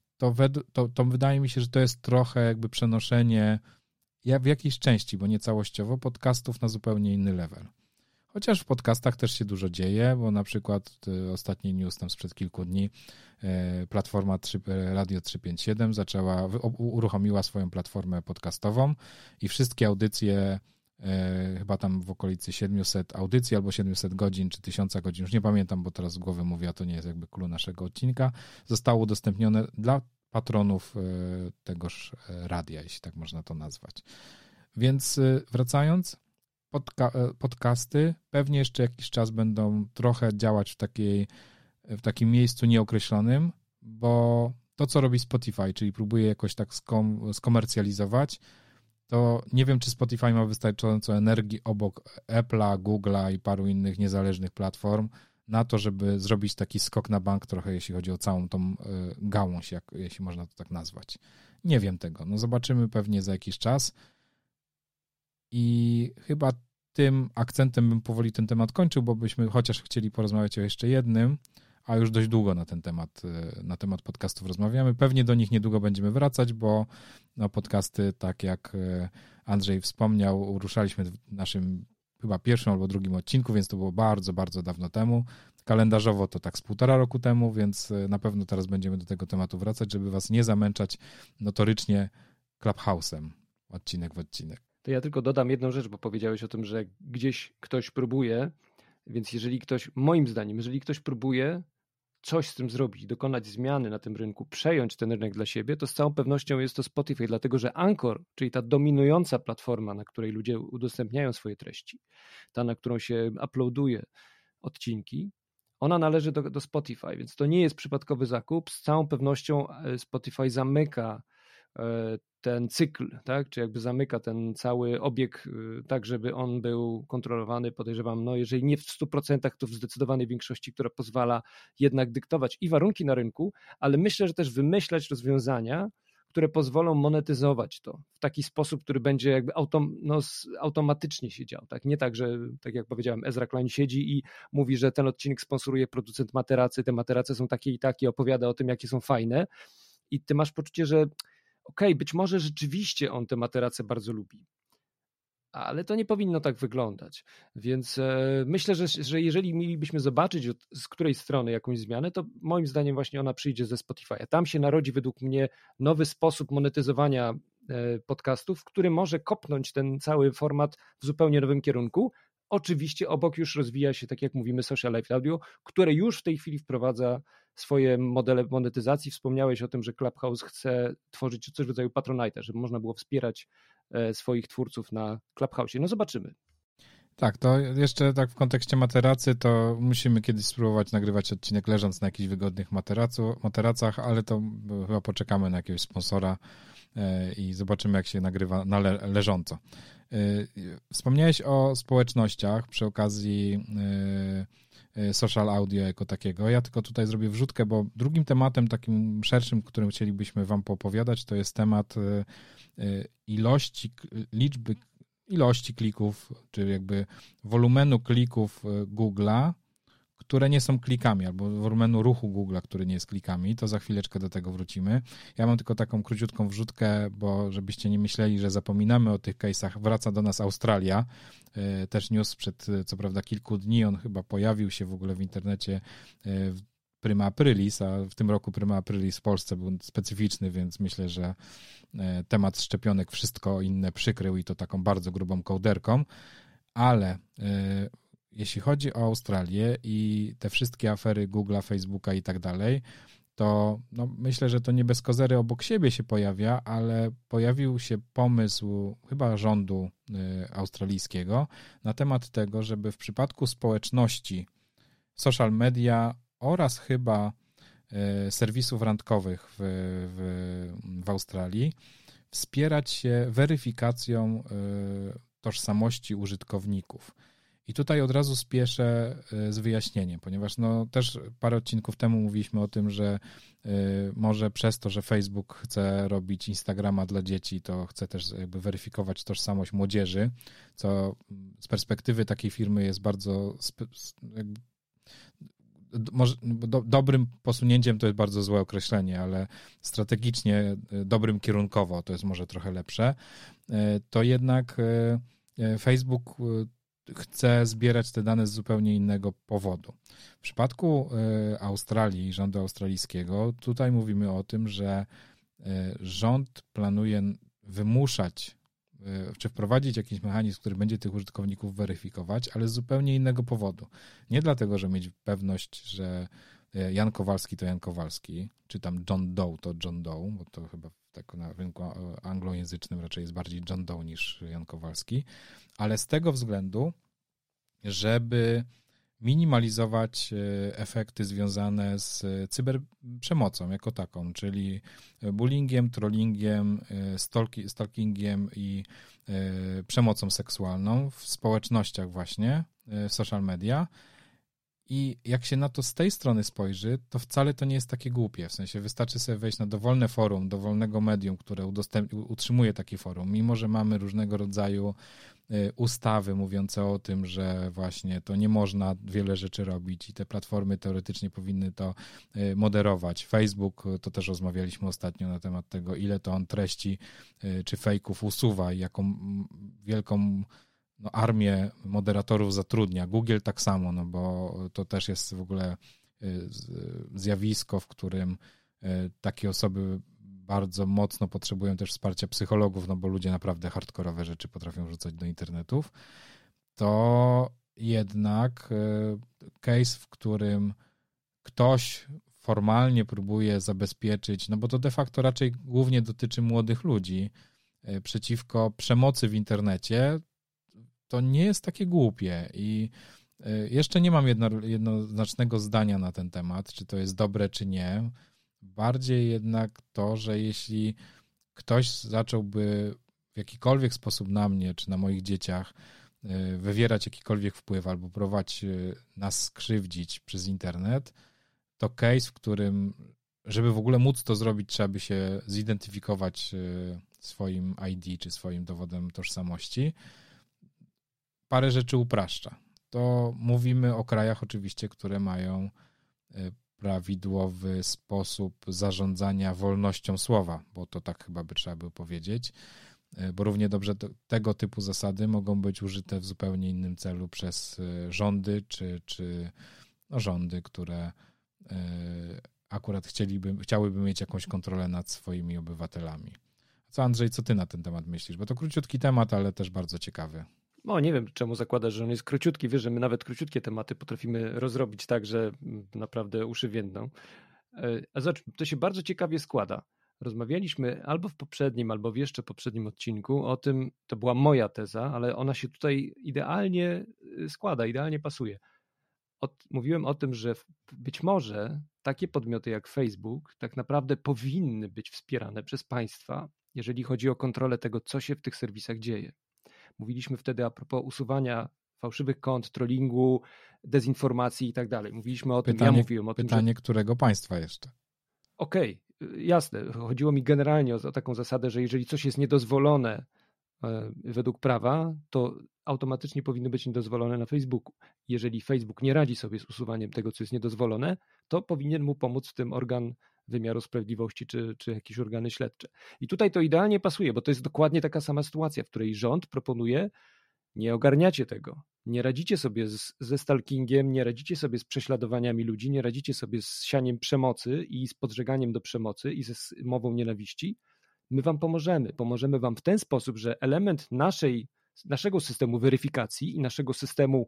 to wydaje mi się, że to jest trochę jakby przenoszenie w jakiejś części, bo nie całościowo, podcastów na zupełnie inny level. Chociaż w podcastach też się dużo dzieje, bo na przykład ostatni news tam sprzed kilku dni platforma Radio 357 uruchomiła swoją platformę podcastową i wszystkie audycje, chyba tam w okolicy 700 audycji albo 700 godzin czy 1000 godzin, już nie pamiętam, bo teraz z głowy mówię, a to nie jest jakby clue naszego odcinka, zostało udostępnione dla patronów tegoż radia, jeśli tak można to nazwać. Więc wracając, podcasty pewnie jeszcze jakiś czas będą trochę działać w takim miejscu nieokreślonym, bo to, co robi Spotify, czyli próbuje jakoś tak skomercjalizować, to nie wiem, czy Spotify ma wystarczająco energii obok Apple'a, Google'a i paru innych niezależnych platform na to, żeby zrobić taki skok na bank trochę, jeśli chodzi o całą tą gałąź, jeśli można to tak nazwać. Nie wiem tego. No zobaczymy pewnie za jakiś czas. I chyba tym akcentem bym powoli ten temat kończył, bo byśmy chociaż chcieli porozmawiać o jeszcze jednym, a już dość długo na temat podcastów rozmawiamy. Pewnie do nich niedługo będziemy wracać, bo no, podcasty, tak jak Andrzej wspomniał, ruszaliśmy w naszym chyba pierwszym albo drugim odcinku, więc to było bardzo, bardzo dawno temu. Kalendarzowo to tak z 1,5 roku temu, więc na pewno teraz będziemy do tego tematu wracać, żeby was nie zamęczać notorycznie Clubhouse'em odcinek w odcinek. To ja tylko dodam jedną rzecz, bo powiedziałeś o tym, że gdzieś ktoś próbuje, więc moim zdaniem, jeżeli ktoś próbuje coś z tym zrobić, dokonać zmiany na tym rynku, przejąć ten rynek dla siebie, to z całą pewnością jest to Spotify, dlatego że Anchor, czyli ta dominująca platforma, na której ludzie udostępniają swoje treści, ta, na którą się uploaduje odcinki, ona należy do Spotify, więc to nie jest przypadkowy zakup. Z całą pewnością Spotify zamyka ten cykl, tak? Czy jakby zamyka ten cały obieg tak, żeby on był kontrolowany, podejrzewam, no jeżeli nie w 100%, to w zdecydowanej większości, która pozwala jednak dyktować i warunki na rynku, ale myślę, że też wymyślać rozwiązania, które pozwolą monetyzować to w taki sposób, który będzie jakby automatycznie się dział. Tak? Nie tak, że tak jak powiedziałem, Ezra Klein siedzi i mówi, że ten odcinek sponsoruje producent materacy, te materace są takie i takie, opowiada o tym, jakie są fajne i ty masz poczucie, że być może rzeczywiście on te materace bardzo lubi. Ale to nie powinno tak wyglądać. Więc myślę, że jeżeli mielibyśmy zobaczyć z której strony jakąś zmianę, to moim zdaniem właśnie ona przyjdzie ze Spotify'a. Tam się narodzi według mnie nowy sposób monetyzowania podcastów, który może kopnąć ten cały format w zupełnie nowym kierunku. Oczywiście obok już rozwija się, tak jak mówimy, Social Live Audio, które już w tej chwili wprowadza swoje modele monetyzacji. Wspomniałeś o tym, że Clubhouse chce tworzyć coś w rodzaju Patronite'a, żeby można było wspierać swoich twórców na Clubhouse. No zobaczymy. Tak, to jeszcze tak w kontekście materacy, to musimy kiedyś spróbować nagrywać odcinek leżąc na jakichś wygodnych materacach, ale to chyba poczekamy na jakiegoś sponsora i zobaczymy, jak się nagrywa na leżąco. Wspomniałeś o społecznościach przy okazji social audio jako takiego. Ja tylko tutaj zrobię wrzutkę, bo drugim tematem takim szerszym, którym chcielibyśmy wam poopowiadać, to jest temat ilości klików, czy jakby wolumenu klików Google'a, które nie są klikami, albo wolumenu ruchu Google'a, który nie jest klikami, to za chwileczkę do tego wrócimy. Ja mam tylko taką króciutką wrzutkę, bo żebyście nie myśleli, że zapominamy o tych case'ach, wraca do nas Australia, też news sprzed co prawda kilku dni, on chyba pojawił się w ogóle w internecie w Prima Aprilis, a w tym roku Prima Aprilis w Polsce był specyficzny, więc myślę, że temat szczepionek wszystko inne przykrył i to taką bardzo grubą kołderką, ale jeśli chodzi o Australię i te wszystkie afery Google'a, Facebooka i tak dalej, to myślę, że to nie bez kozery obok siebie się pojawia, ale pojawił się pomysł chyba rządu australijskiego na temat tego, żeby w przypadku społeczności social media oraz chyba serwisów randkowych w Australii wspierać się weryfikacją tożsamości użytkowników. I tutaj od razu spieszę z wyjaśnieniem, ponieważ też parę odcinków temu mówiliśmy o tym, że może przez to, że Facebook chce robić Instagrama dla dzieci, to chce też jakby weryfikować tożsamość młodzieży, co z perspektywy takiej firmy jest bardzo dobrym posunięciem, to jest bardzo złe określenie, ale strategicznie dobrym kierunkowo, to jest może trochę lepsze, to jednak Facebook chce zbierać te dane z zupełnie innego powodu. W przypadku Australii i rządu australijskiego, tutaj mówimy o tym, że rząd planuje wymuszać czy wprowadzić jakiś mechanizm, który będzie tych użytkowników weryfikować, ale z zupełnie innego powodu. Nie dlatego, że mieć pewność, że Jan Kowalski to Jan Kowalski, czy tam John Doe to John Doe, bo to chyba tak na rynku anglojęzycznym raczej jest bardziej John Doe niż Jan Kowalski, ale z tego względu, żeby minimalizować efekty związane z cyberprzemocą jako taką, czyli bullyingiem, trollingiem, stalkingiem i przemocą seksualną w społecznościach właśnie, w social media. I jak się na to z tej strony spojrzy, to wcale to nie jest takie głupie. W sensie wystarczy sobie wejść na dowolne forum, dowolnego medium, które utrzymuje takie forum, mimo że mamy różnego rodzaju ustawy mówiące o tym, że właśnie to nie można wiele rzeczy robić i te platformy teoretycznie powinny to moderować. Facebook, to też rozmawialiśmy ostatnio na temat tego, ile to on treści czy fejków usuwa i jaką wielką armię moderatorów zatrudnia. Google tak samo, bo to też jest w ogóle zjawisko, w którym takie osoby bardzo mocno potrzebują też wsparcia psychologów, bo ludzie naprawdę hardkorowe rzeczy potrafią wrzucać do internetów. To jednak case, w którym ktoś formalnie próbuje zabezpieczyć, bo to de facto raczej głównie dotyczy młodych ludzi, przeciwko przemocy w internecie, to nie jest takie głupie i jeszcze nie mam jednoznacznego zdania na ten temat, czy to jest dobre, czy nie. Bardziej jednak to, że jeśli ktoś zacząłby w jakikolwiek sposób na mnie, czy na moich dzieciach wywierać jakikolwiek wpływ albo próbować nas skrzywdzić przez internet, to case, w którym żeby w ogóle móc to zrobić, trzeba by się zidentyfikować swoim ID czy swoim dowodem tożsamości. Parę rzeczy upraszcza. To mówimy o krajach oczywiście, które mają prawidłowy sposób zarządzania wolnością słowa, bo to tak chyba by trzeba było powiedzieć, bo równie dobrze tego typu zasady mogą być użyte w zupełnie innym celu przez rządy czy rządy, które akurat chciałyby mieć jakąś kontrolę nad swoimi obywatelami. Co Andrzej, co ty na ten temat myślisz? Bo to króciutki temat, ale też bardzo ciekawy. No nie wiem, czemu zakładasz, że on jest króciutki. Wiesz, że my nawet króciutkie tematy potrafimy rozrobić tak, że naprawdę uszy więdną. A zobacz, to się bardzo ciekawie składa. Rozmawialiśmy albo w poprzednim, albo w jeszcze poprzednim odcinku o tym, to była moja teza, ale ona się tutaj idealnie składa, idealnie pasuje. Mówiłem o tym, że być może takie podmioty jak Facebook tak naprawdę powinny być wspierane przez państwa, jeżeli chodzi o kontrolę tego, co się w tych serwisach dzieje. Mówiliśmy wtedy a propos usuwania fałszywych kont, trollingu, dezinformacji i tak dalej. Mówiliśmy o tym, ja mówiłem o tym, pytanie, którego państwa jeszcze? Okej, jasne. Chodziło mi generalnie o taką zasadę, że jeżeli coś jest niedozwolone według prawa, to automatycznie powinno być niedozwolone na Facebooku. Jeżeli Facebook nie radzi sobie z usuwaniem tego, co jest niedozwolone, to powinien mu pomóc w tym organ wymiaru sprawiedliwości czy jakieś organy śledcze. I tutaj to idealnie pasuje, bo to jest dokładnie taka sama sytuacja, w której rząd proponuje, nie ogarniacie tego, nie radzicie sobie ze stalkingiem, nie radzicie sobie z prześladowaniami ludzi, nie radzicie sobie z sianiem przemocy i z podżeganiem do przemocy i ze mową nienawiści. My wam pomożemy. Pomożemy wam w ten sposób, że element naszego systemu weryfikacji i naszego systemu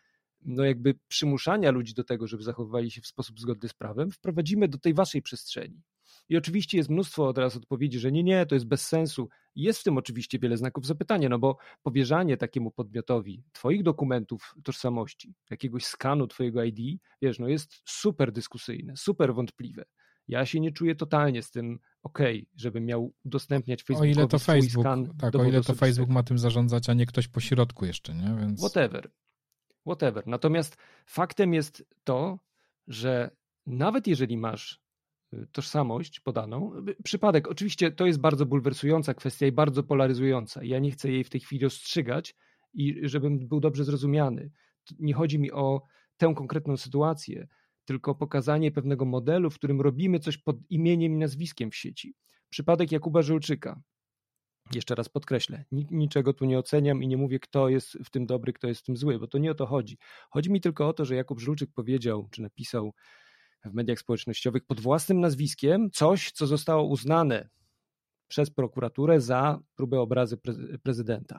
jakby przymuszania ludzi do tego, żeby zachowywali się w sposób zgodny z prawem, wprowadzimy do tej waszej przestrzeni. I oczywiście jest mnóstwo teraz odpowiedzi, że nie, to jest bez sensu. Jest w tym oczywiście wiele znaków zapytania, no bo powierzanie takiemu podmiotowi twoich dokumentów tożsamości, jakiegoś skanu twojego ID, wiesz, jest super dyskusyjne, super wątpliwe. Ja się nie czuję totalnie z tym żebym miał udostępniać Facebookowi o ile to swój skan. Tak, o ile to Facebook ma tym zarządzać, a nie ktoś po środku jeszcze, nie? Więc... Whatever. Natomiast faktem jest to, że nawet jeżeli masz tożsamość podaną, przypadek, oczywiście to jest bardzo bulwersująca kwestia i bardzo polaryzująca. Ja nie chcę jej w tej chwili ostrzygać i żebym był dobrze zrozumiany. Nie chodzi mi o tę konkretną sytuację, tylko pokazanie pewnego modelu, w którym robimy coś pod imieniem i nazwiskiem w sieci. Przypadek Jakuba Żulczyka. Jeszcze raz podkreślę, niczego tu nie oceniam i nie mówię, kto jest w tym dobry, kto jest w tym zły, bo to nie o to chodzi. Chodzi mi tylko o to, że Jakub Żulczyk powiedział, czy napisał w mediach społecznościowych pod własnym nazwiskiem coś, co zostało uznane przez prokuraturę za próbę obrazy prezydenta.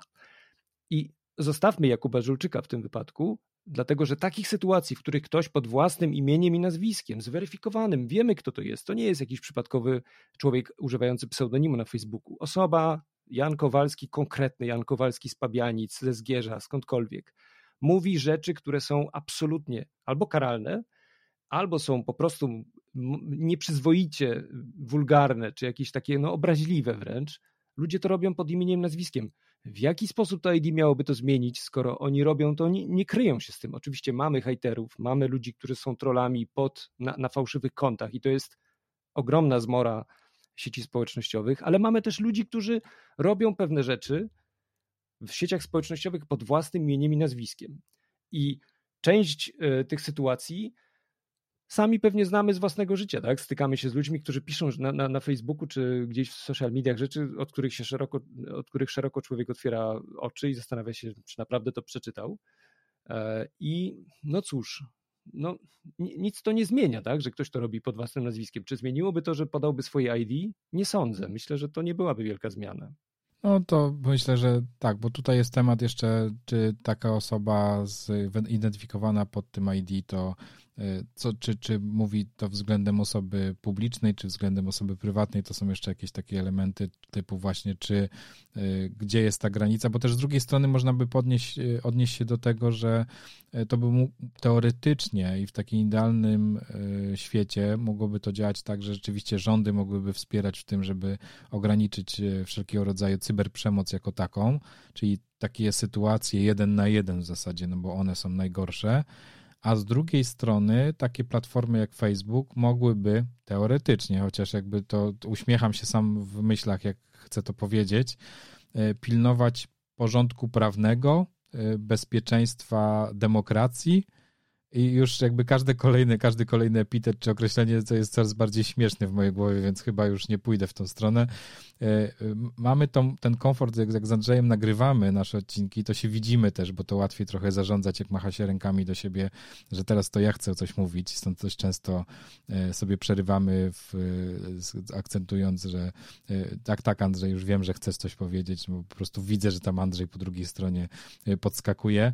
I zostawmy Jakuba Żulczyka w tym wypadku, dlatego że takich sytuacji, w których ktoś pod własnym imieniem i nazwiskiem, zweryfikowanym, wiemy kto to jest, to nie jest jakiś przypadkowy człowiek używający pseudonimu na Facebooku. Osoba, Jan Kowalski, konkretny Jan Kowalski z Pabianic, ze Zgierza, skądkolwiek, mówi rzeczy, które są absolutnie albo karalne, albo są po prostu nieprzyzwoicie wulgarne, czy jakieś takie obraźliwe wręcz. Ludzie to robią pod imieniem i nazwiskiem. W jaki sposób to ID miałoby to zmienić, skoro oni robią to, nie kryją się z tym. Oczywiście mamy hejterów, mamy ludzi, którzy są trollami na fałszywych kontach i to jest ogromna zmora sieci społecznościowych, ale mamy też ludzi, którzy robią pewne rzeczy w sieciach społecznościowych pod własnym imieniem i nazwiskiem. I część tych sytuacji sami pewnie znamy z własnego życia, tak? Stykamy się z ludźmi, którzy piszą na Facebooku czy gdzieś w social mediach rzeczy, od których szeroko człowiek otwiera oczy i zastanawia się, czy naprawdę to przeczytał. I cóż, nic to nie zmienia, tak? Że ktoś to robi pod własnym nazwiskiem. Czy zmieniłoby to, że podałby swoje ID? Nie sądzę. Myślę, że to nie byłaby wielka zmiana. No to myślę, że tak, bo tutaj jest temat jeszcze, czy taka osoba zidentyfikowana pod tym ID to czy mówi to względem osoby publicznej, czy względem osoby prywatnej, to są jeszcze jakieś takie elementy typu właśnie, gdzie jest ta granica, bo też z drugiej strony można by odnieść się do tego, że to by teoretycznie i w takim idealnym świecie mogłoby to działać tak, że rzeczywiście rządy mogłyby wspierać w tym, żeby ograniczyć wszelkiego rodzaju cyberprzemoc jako taką, czyli takie sytuacje 1 na 1 w zasadzie, no bo one są najgorsze, a z drugiej strony takie platformy jak Facebook mogłyby teoretycznie, chociaż jakby to uśmiecham się sam w myślach, jak chcę to powiedzieć, pilnować porządku prawnego, bezpieczeństwa demokracji i już jakby każdy kolejny epitet czy określenie to jest coraz bardziej śmieszne w mojej głowie, więc chyba już nie pójdę w tą stronę. Mamy ten komfort, jak z Andrzejem nagrywamy nasze odcinki, to się widzimy też, bo to łatwiej trochę zarządzać, jak macha się rękami do siebie, że teraz to ja chcę coś mówić, stąd dość często sobie przerywamy, akcentując, że tak Andrzej, już wiem, że chcesz coś powiedzieć, bo po prostu widzę, że tam Andrzej po drugiej stronie podskakuje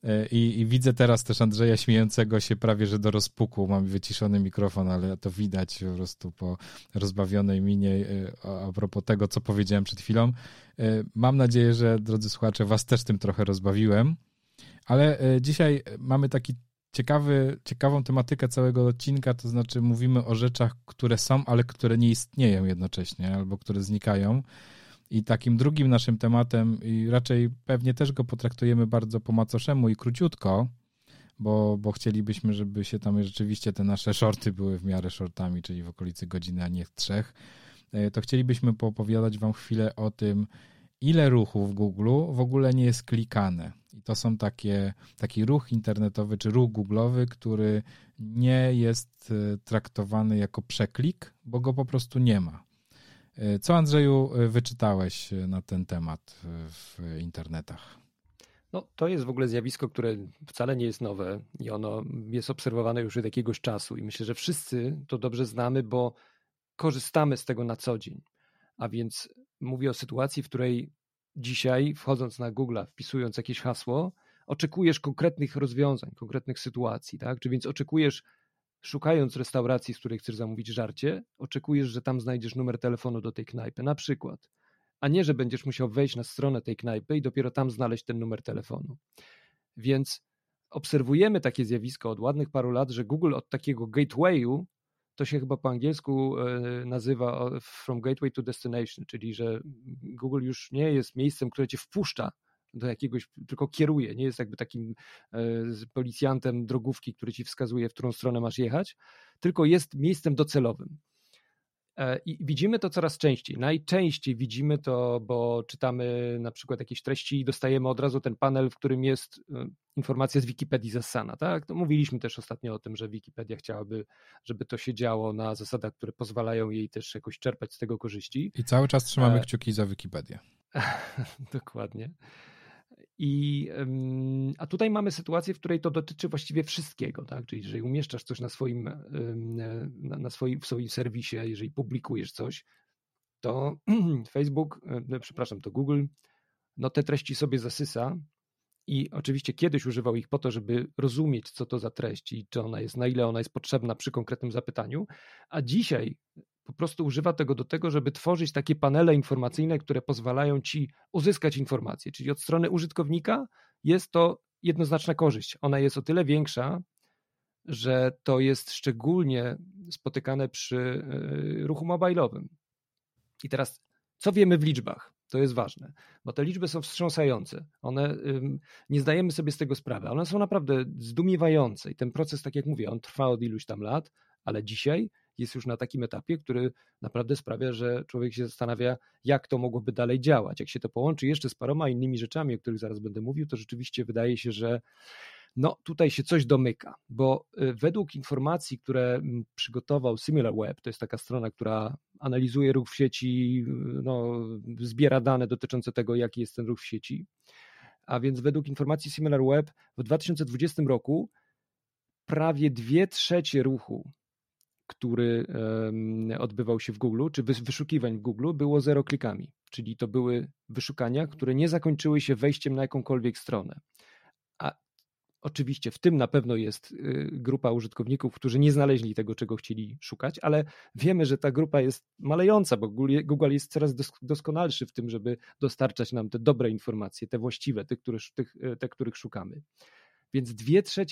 i widzę teraz też Andrzeja śmiejącego się prawie, że do rozpuku, mam wyciszony mikrofon, ale to widać po prostu po rozbawionej minie a propos tego, co powiedziałem przed chwilą. Mam nadzieję, że drodzy słuchacze, was też tym trochę rozbawiłem, ale dzisiaj mamy taki ciekawą tematykę całego odcinka, to znaczy mówimy o rzeczach, które są, ale które nie istnieją jednocześnie, albo które znikają. I takim drugim naszym tematem, i raczej pewnie też go potraktujemy bardzo po macoszemu i króciutko, bo chcielibyśmy, żeby się tam rzeczywiście te nasze shorty były w miarę shortami, czyli w okolicy godziny, a nie 3, to chcielibyśmy poopowiadać wam chwilę o tym, ile ruchu w Google w ogóle nie jest klikane. I to są taki ruch internetowy czy ruch googlowy, który nie jest traktowany jako przeklik, bo go po prostu nie ma. Co, Andrzeju, wyczytałeś na ten temat w internetach? No, to jest w ogóle zjawisko, które wcale nie jest nowe i ono jest obserwowane już od jakiegoś czasu i myślę, że wszyscy to dobrze znamy, bo korzystamy z tego na co dzień. A więc mówię o sytuacji, w której dzisiaj, wchodząc na Google'a, wpisując jakieś hasło, oczekujesz konkretnych rozwiązań, konkretnych sytuacji, tak? Czy więc oczekujesz, szukając restauracji, z której chcesz zamówić żarcie, oczekujesz, że tam znajdziesz numer telefonu do tej knajpy, na przykład. A nie, że będziesz musiał wejść na stronę tej knajpy i dopiero tam znaleźć ten numer telefonu. Więc obserwujemy takie zjawisko od ładnych paru lat, że Google od takiego gatewayu, to się chyba po angielsku nazywa from gateway to destination, czyli że Google już nie jest miejscem, które cię wpuszcza do jakiegoś, tylko kieruje, nie jest jakby takim policjantem drogówki, który ci wskazuje, w którą stronę masz jechać, tylko jest miejscem docelowym. I widzimy to coraz częściej. Najczęściej widzimy to, bo czytamy na przykład jakieś treści i dostajemy od razu ten panel, w którym jest informacja z Wikipedii zassana. Tak? To mówiliśmy też ostatnio o tym, że Wikipedia chciałaby, żeby to się działo na zasadach, które pozwalają jej też jakoś czerpać z tego korzyści. I cały czas trzymamy kciuki za Wikipedię. Dokładnie. A tutaj mamy sytuację, w której to dotyczy właściwie wszystkiego, tak? Czyli jeżeli umieszczasz coś w swoim serwisie, jeżeli publikujesz coś, to Facebook, to Google, no te treści sobie zasysa i oczywiście kiedyś używał ich po to, żeby rozumieć, co to za treść i czy ona jest, na ile ona jest potrzebna przy konkretnym zapytaniu, a dzisiaj po prostu używa tego do tego, żeby tworzyć takie panele informacyjne, które pozwalają ci uzyskać informacje. Czyli od strony użytkownika jest to jednoznaczna korzyść. Ona jest o tyle większa, że to jest szczególnie spotykane przy ruchu mobilowym. I teraz, co wiemy w liczbach? To jest ważne, bo te liczby są wstrząsające. Nie zdajemy sobie z tego sprawy. One są naprawdę zdumiewające i ten proces, tak jak mówię, on trwa od iluś tam lat, ale dzisiaj jest już na takim etapie, który naprawdę sprawia, że człowiek się zastanawia, jak to mogłoby dalej działać. Jak się to połączy jeszcze z paroma innymi rzeczami, o których zaraz będę mówił, to rzeczywiście wydaje się, że no tutaj się coś domyka, bo według informacji, które przygotował SimilarWeb, to jest taka strona, która analizuje ruch w sieci, no, zbiera dane dotyczące tego, jaki jest ten ruch w sieci, a więc według informacji SimilarWeb w 2020 roku prawie 2/3 ruchu, który odbywał się w Google, czy wyszukiwań w Google, było 0 klikami, czyli to były wyszukania, które nie zakończyły się wejściem na jakąkolwiek stronę. A oczywiście w tym na pewno jest grupa użytkowników, którzy nie znaleźli tego, czego chcieli szukać, ale wiemy, że ta grupa jest malejąca, bo Google jest coraz doskonalszy w tym, żeby dostarczać nam te dobre informacje, te właściwe, te których szukamy. Więc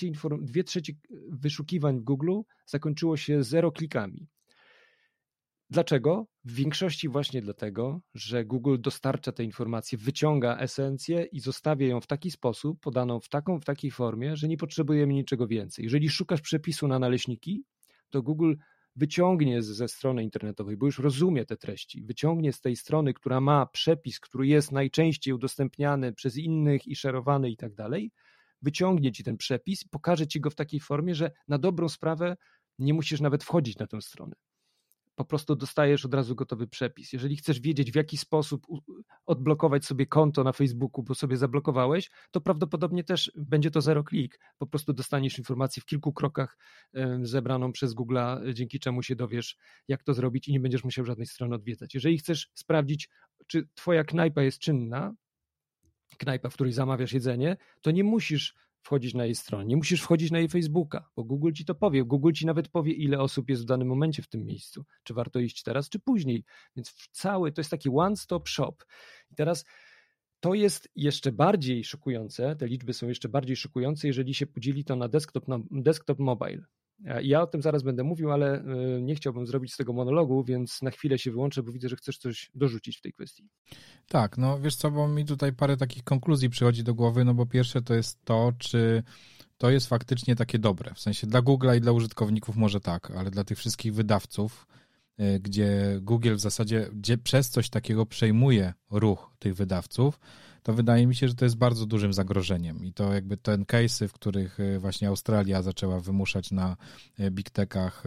2/3 wyszukiwań w Google zakończyło się 0 klikami. Dlaczego? W większości właśnie dlatego, że Google dostarcza te informacje, wyciąga esencję i zostawia ją w taki sposób, podaną w takiej formie, że nie potrzebujemy niczego więcej. Jeżeli szukasz przepisu na naleśniki, to Google wyciągnie ze strony internetowej, bo już rozumie te treści, wyciągnie z tej strony, która ma przepis, który jest najczęściej udostępniany przez innych i szerowany i tak dalej, wyciągnie ci ten przepis i pokaże ci go w takiej formie, że na dobrą sprawę nie musisz nawet wchodzić na tę stronę. Po prostu dostajesz od razu gotowy przepis. Jeżeli chcesz wiedzieć, w jaki sposób odblokować sobie konto na Facebooku, bo sobie zablokowałeś, to prawdopodobnie też będzie to 0 klik. Po prostu dostaniesz informację w kilku krokach zebraną przez Google'a, dzięki czemu się dowiesz, jak to zrobić i nie będziesz musiał żadnej strony odwiedzać. Jeżeli chcesz sprawdzić, czy twoja knajpa jest czynna, knajpa, w której zamawiasz jedzenie, to nie musisz wchodzić na jej stronę, nie musisz wchodzić na jej Facebooka, bo Google ci to powie. Google ci nawet powie, ile osób jest w danym momencie w tym miejscu, czy warto iść teraz, czy później. Więc to jest taki one-stop shop. I teraz to jest jeszcze bardziej szokujące, te liczby są jeszcze bardziej szokujące, jeżeli się podzieli to na desktop mobile. Ja o tym zaraz będę mówił, ale nie chciałbym zrobić z tego monologu, więc na chwilę się wyłączę, bo widzę, że chcesz coś dorzucić w tej kwestii. Tak, no wiesz co, bo mi tutaj parę takich konkluzji przychodzi do głowy, no bo pierwsze to jest to, czy to jest faktycznie takie dobre, w sensie dla Google'a i dla użytkowników może tak, ale dla tych wszystkich wydawców, gdzie Google w zasadzie przez coś takiego przejmuje ruch tych wydawców, to wydaje mi się, że to jest bardzo dużym zagrożeniem i to jakby ten case'y, w których właśnie Australia zaczęła wymuszać na big techach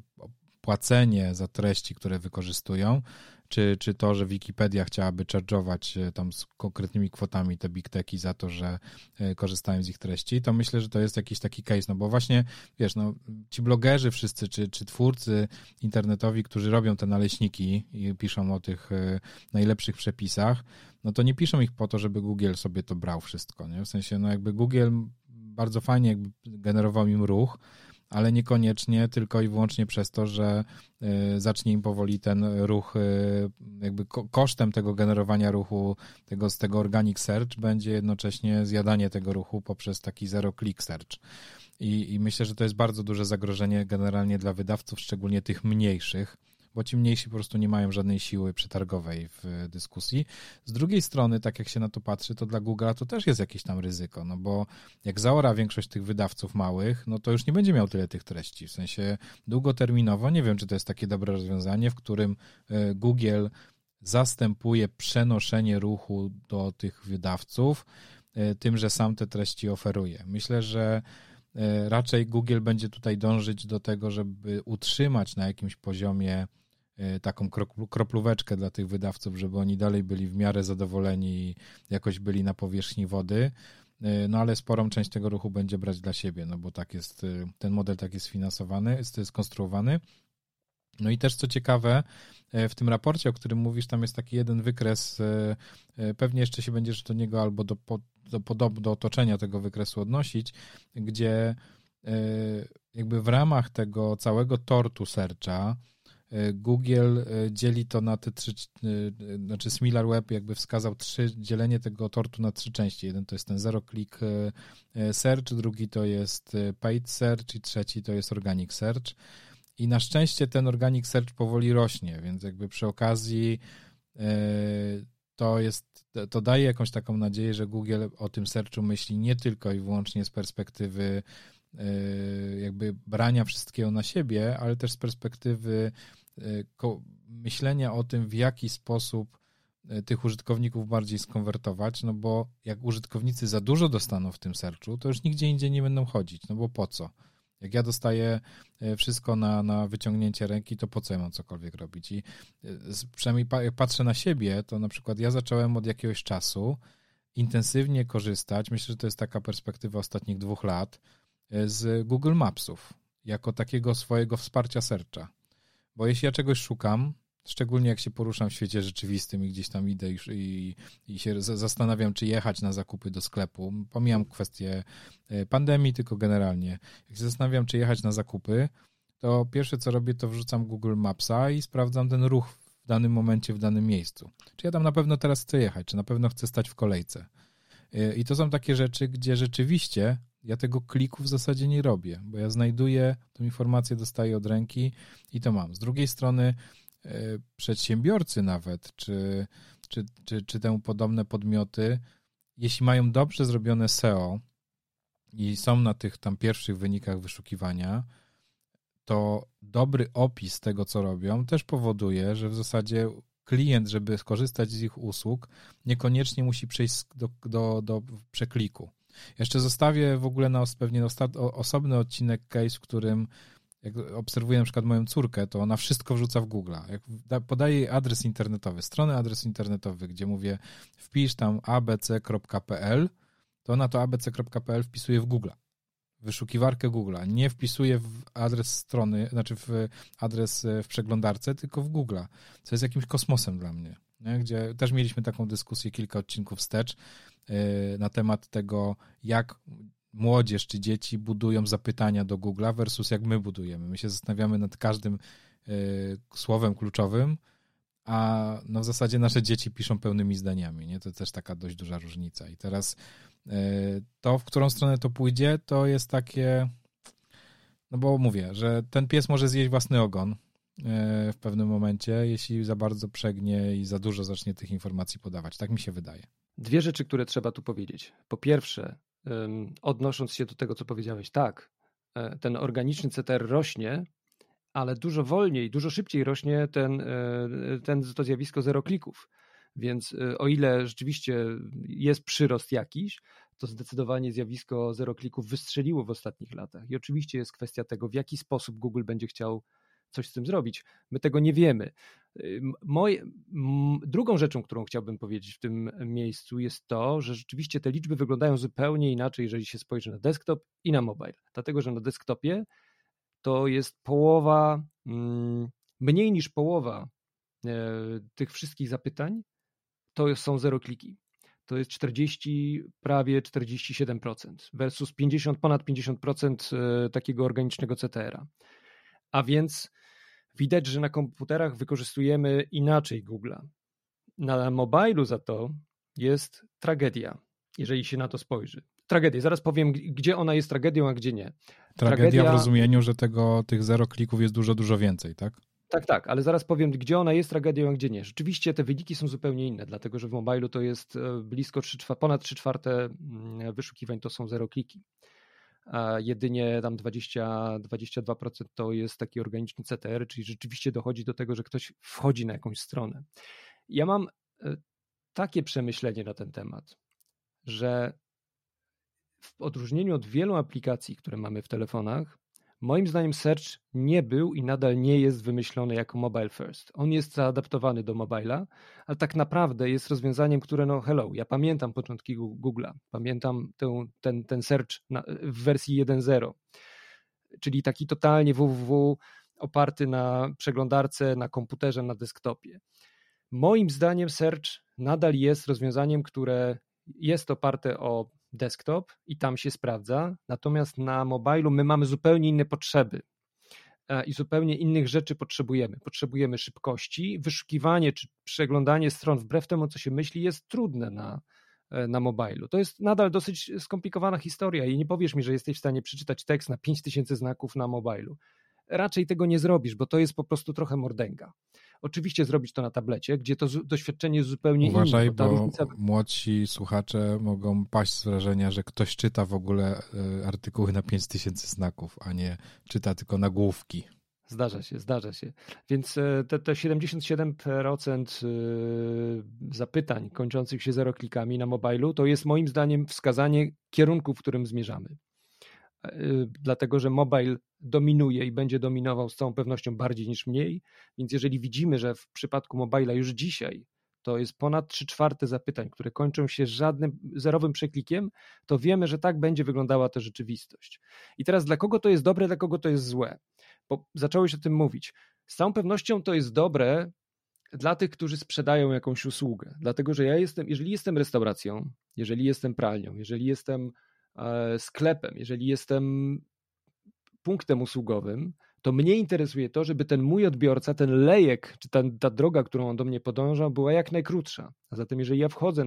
płacenie za treści, które wykorzystują, czy to, że Wikipedia chciałaby charge'ować tam z konkretnymi kwotami te big techy za to, że korzystają z ich treści, to myślę, że to jest jakiś taki case, no bo właśnie, wiesz, no ci blogerzy wszyscy, czy twórcy internetowi, którzy robią te naleśniki i piszą o tych najlepszych przepisach, no to nie piszą ich po to, żeby Google sobie to brał wszystko, nie? W sensie, no jakby Google bardzo fajnie jakby generował im ruch, ale niekoniecznie tylko i wyłącznie przez to, że zacznie im powoli ten ruch, jakby kosztem tego generowania ruchu, z tego organic search będzie jednocześnie zjadanie tego ruchu poprzez taki zero-click search. I myślę, że to jest bardzo duże zagrożenie generalnie dla wydawców, szczególnie tych mniejszych, bo ci mniejsi po prostu nie mają żadnej siły przetargowej w dyskusji. Z drugiej strony, tak jak się na to patrzy, to dla Google'a to też jest jakieś tam ryzyko, no bo jak zaora większość tych wydawców małych, no to już nie będzie miał tyle tych treści, w sensie długoterminowo, nie wiem, czy to jest takie dobre rozwiązanie, w którym Google zastępuje przenoszenie ruchu do tych wydawców tym, że sam te treści oferuje. Myślę, że raczej Google będzie tutaj dążyć do tego, żeby utrzymać na jakimś poziomie taką kroplóweczkę dla tych wydawców, żeby oni dalej byli w miarę zadowoleni i jakoś byli na powierzchni wody, no ale sporą część tego ruchu będzie brać dla siebie, no bo tak jest, ten model tak jest finansowany, jest skonstruowany. No i też co ciekawe, w tym raporcie, o którym mówisz, tam jest taki jeden wykres, pewnie jeszcze się będziesz do niego albo do otoczenia tego wykresu odnosić, gdzie jakby w ramach tego całego tortu searcha Google dzieli to na te trzy, znaczy SimilarWeb jakby wskazał dzielenie tego tortu na 3 części. Jeden to jest ten zero-click search, drugi to jest paid search i trzeci to jest organic search. I na szczęście ten organic search powoli rośnie, więc jakby przy okazji to daje jakąś taką nadzieję, że Google o tym searchu myśli nie tylko i wyłącznie z perspektywy jakby brania wszystkiego na siebie, ale też z perspektywy myślenia o tym, w jaki sposób tych użytkowników bardziej skonwertować, no bo jak użytkownicy za dużo dostaną w tym searchu, to już nigdzie indziej nie będą chodzić, no bo po co? Jak ja dostaję wszystko na wyciągnięcie ręki, to po co ja mam cokolwiek robić? I przynajmniej jak patrzę na siebie, to na przykład ja zacząłem od jakiegoś czasu intensywnie korzystać, myślę, że to jest taka perspektywa ostatnich 2 lat, z Google Mapsów, jako takiego swojego wsparcia searcha. Bo jeśli ja czegoś szukam, szczególnie jak się poruszam w świecie rzeczywistym i gdzieś tam idę i się zastanawiam, czy jechać na zakupy do sklepu, pomijam kwestię pandemii, tylko generalnie, jak się zastanawiam, czy jechać na zakupy, to pierwsze co robię, to wrzucam Google Mapsa i sprawdzam ten ruch w danym momencie, w danym miejscu. Czy ja tam na pewno teraz chcę jechać, czy na pewno chcę stać w kolejce. I to są takie rzeczy, gdzie rzeczywiście ja tego kliku w zasadzie nie robię, bo ja znajduję, tą informację dostaję od ręki i to mam. Z drugiej strony przedsiębiorcy nawet, czy temu podobne podmioty, jeśli mają dobrze zrobione SEO i są na tych tam pierwszych wynikach wyszukiwania, to dobry opis tego, co robią, też powoduje, że w zasadzie klient, żeby skorzystać z ich usług, niekoniecznie musi przejść do przekliku. Jeszcze zostawię w ogóle pewnie osobny odcinek case, w którym jak obserwuję na przykład moją córkę, to ona wszystko wrzuca w Google'a. Jak podaję jej adres internetowy, stronę adres internetowy, gdzie mówię wpisz tam abc.pl, to ona to abc.pl wpisuje w Google'a. Wyszukiwarkę Google'a. Nie wpisuje w adres strony, znaczy w adres w przeglądarce, tylko w Google'a. Co jest jakimś kosmosem dla mnie. Nie? Gdzie też mieliśmy taką dyskusję kilka odcinków wstecz na temat tego, jak młodzież czy dzieci budują zapytania do Google'a versus jak my budujemy. My się zastanawiamy nad każdym słowem kluczowym, a no w zasadzie nasze dzieci piszą pełnymi zdaniami. Nie? To też taka dość duża różnica. I teraz to, w którą stronę to pójdzie, to jest takie, no bo mówię, że ten pies może zjeść własny ogon w pewnym momencie, jeśli za bardzo przegnie i za dużo zacznie tych informacji podawać. Tak mi się wydaje. Dwie rzeczy, które trzeba tu powiedzieć. Po pierwsze, odnosząc się do tego, co powiedziałeś, tak, ten organiczny CTR rośnie, ale dużo wolniej, dużo szybciej rośnie to zjawisko zero klików. Więc o ile rzeczywiście jest przyrost jakiś, to zdecydowanie zjawisko zero klików wystrzeliło w ostatnich latach. I oczywiście jest kwestia tego, w jaki sposób Google będzie chciał coś z tym zrobić. My tego nie wiemy. Drugą rzeczą, którą chciałbym powiedzieć w tym miejscu, jest to, że rzeczywiście te liczby wyglądają zupełnie inaczej, jeżeli się spojrzy na desktop i na mobile. Dlatego, że na desktopie to jest połowa, mniej niż połowa tych wszystkich zapytań, to są zero kliki. To jest prawie 47% versus ponad 50% takiego organicznego CTR-a. A więc widać, że na komputerach wykorzystujemy inaczej Google'a. Na mobilu za to jest tragedia, jeżeli się na to spojrzy. Tragedia. Zaraz powiem, gdzie ona jest tragedią, a gdzie nie. Tragedia w rozumieniu, że tych zero klików jest dużo, dużo więcej, tak? Tak, ale zaraz powiem, gdzie ona jest tragedią, a gdzie nie. Rzeczywiście te wyniki są zupełnie inne, dlatego że w mobilu to jest blisko ponad 3/4 wyszukiwań to są zero kliki. A jedynie tam 22% to jest taki organiczny CTR, czyli rzeczywiście dochodzi do tego, że ktoś wchodzi na jakąś stronę. Ja mam takie przemyślenie na ten temat, że w odróżnieniu od wielu aplikacji, które mamy w telefonach, moim zdaniem Search nie był i nadal nie jest wymyślony jako mobile first. On jest zaadaptowany do mobila, ale tak naprawdę jest rozwiązaniem, które ja pamiętam początki Google'a, pamiętam ten Search w wersji 1.0, czyli taki totalnie www oparty na przeglądarce, na komputerze, na desktopie. Moim zdaniem Search nadal jest rozwiązaniem, które jest oparte o desktop i tam się sprawdza, natomiast na mobilu my mamy zupełnie inne potrzeby i zupełnie innych rzeczy potrzebujemy. Potrzebujemy szybkości, wyszukiwanie czy przeglądanie stron wbrew temu, co się myśli, jest trudne na mobilu. To jest nadal dosyć skomplikowana historia i nie powiesz mi, że jesteś w stanie przeczytać tekst na 5000 znaków na mobilu. Raczej tego nie zrobisz, bo to jest po prostu trochę mordęga. Oczywiście zrobić to na tablecie, gdzie to doświadczenie jest zupełnie inne. Uważaj, bo młodsi słuchacze mogą paść z wrażenia, że ktoś czyta w ogóle artykuły na 5000 znaków, a nie czyta tylko nagłówki. Zdarza się. Więc te 77% zapytań kończących się zero klikami na mobilu to jest moim zdaniem wskazanie kierunku, w którym zmierzamy. Dlatego, że mobile dominuje i będzie dominował z całą pewnością bardziej niż mniej, więc jeżeli widzimy, że w przypadku mobila już dzisiaj to jest ponad 3/4 zapytań, które kończą się żadnym zerowym przeklikiem, to wiemy, że tak będzie wyglądała ta rzeczywistość. I teraz dla kogo to jest dobre, dla kogo to jest złe? Bo zacząłeś o tym mówić. Z całą pewnością to jest dobre dla tych, którzy sprzedają jakąś usługę, dlatego, że jeżeli jestem restauracją, jeżeli jestem pralnią, jeżeli jestem sklepem, jeżeli jestem punktem usługowym, to mnie interesuje to, żeby ten mój odbiorca, ten lejek, czy ta droga, którą on do mnie podąża, była jak najkrótsza. A zatem jeżeli ja wchodzę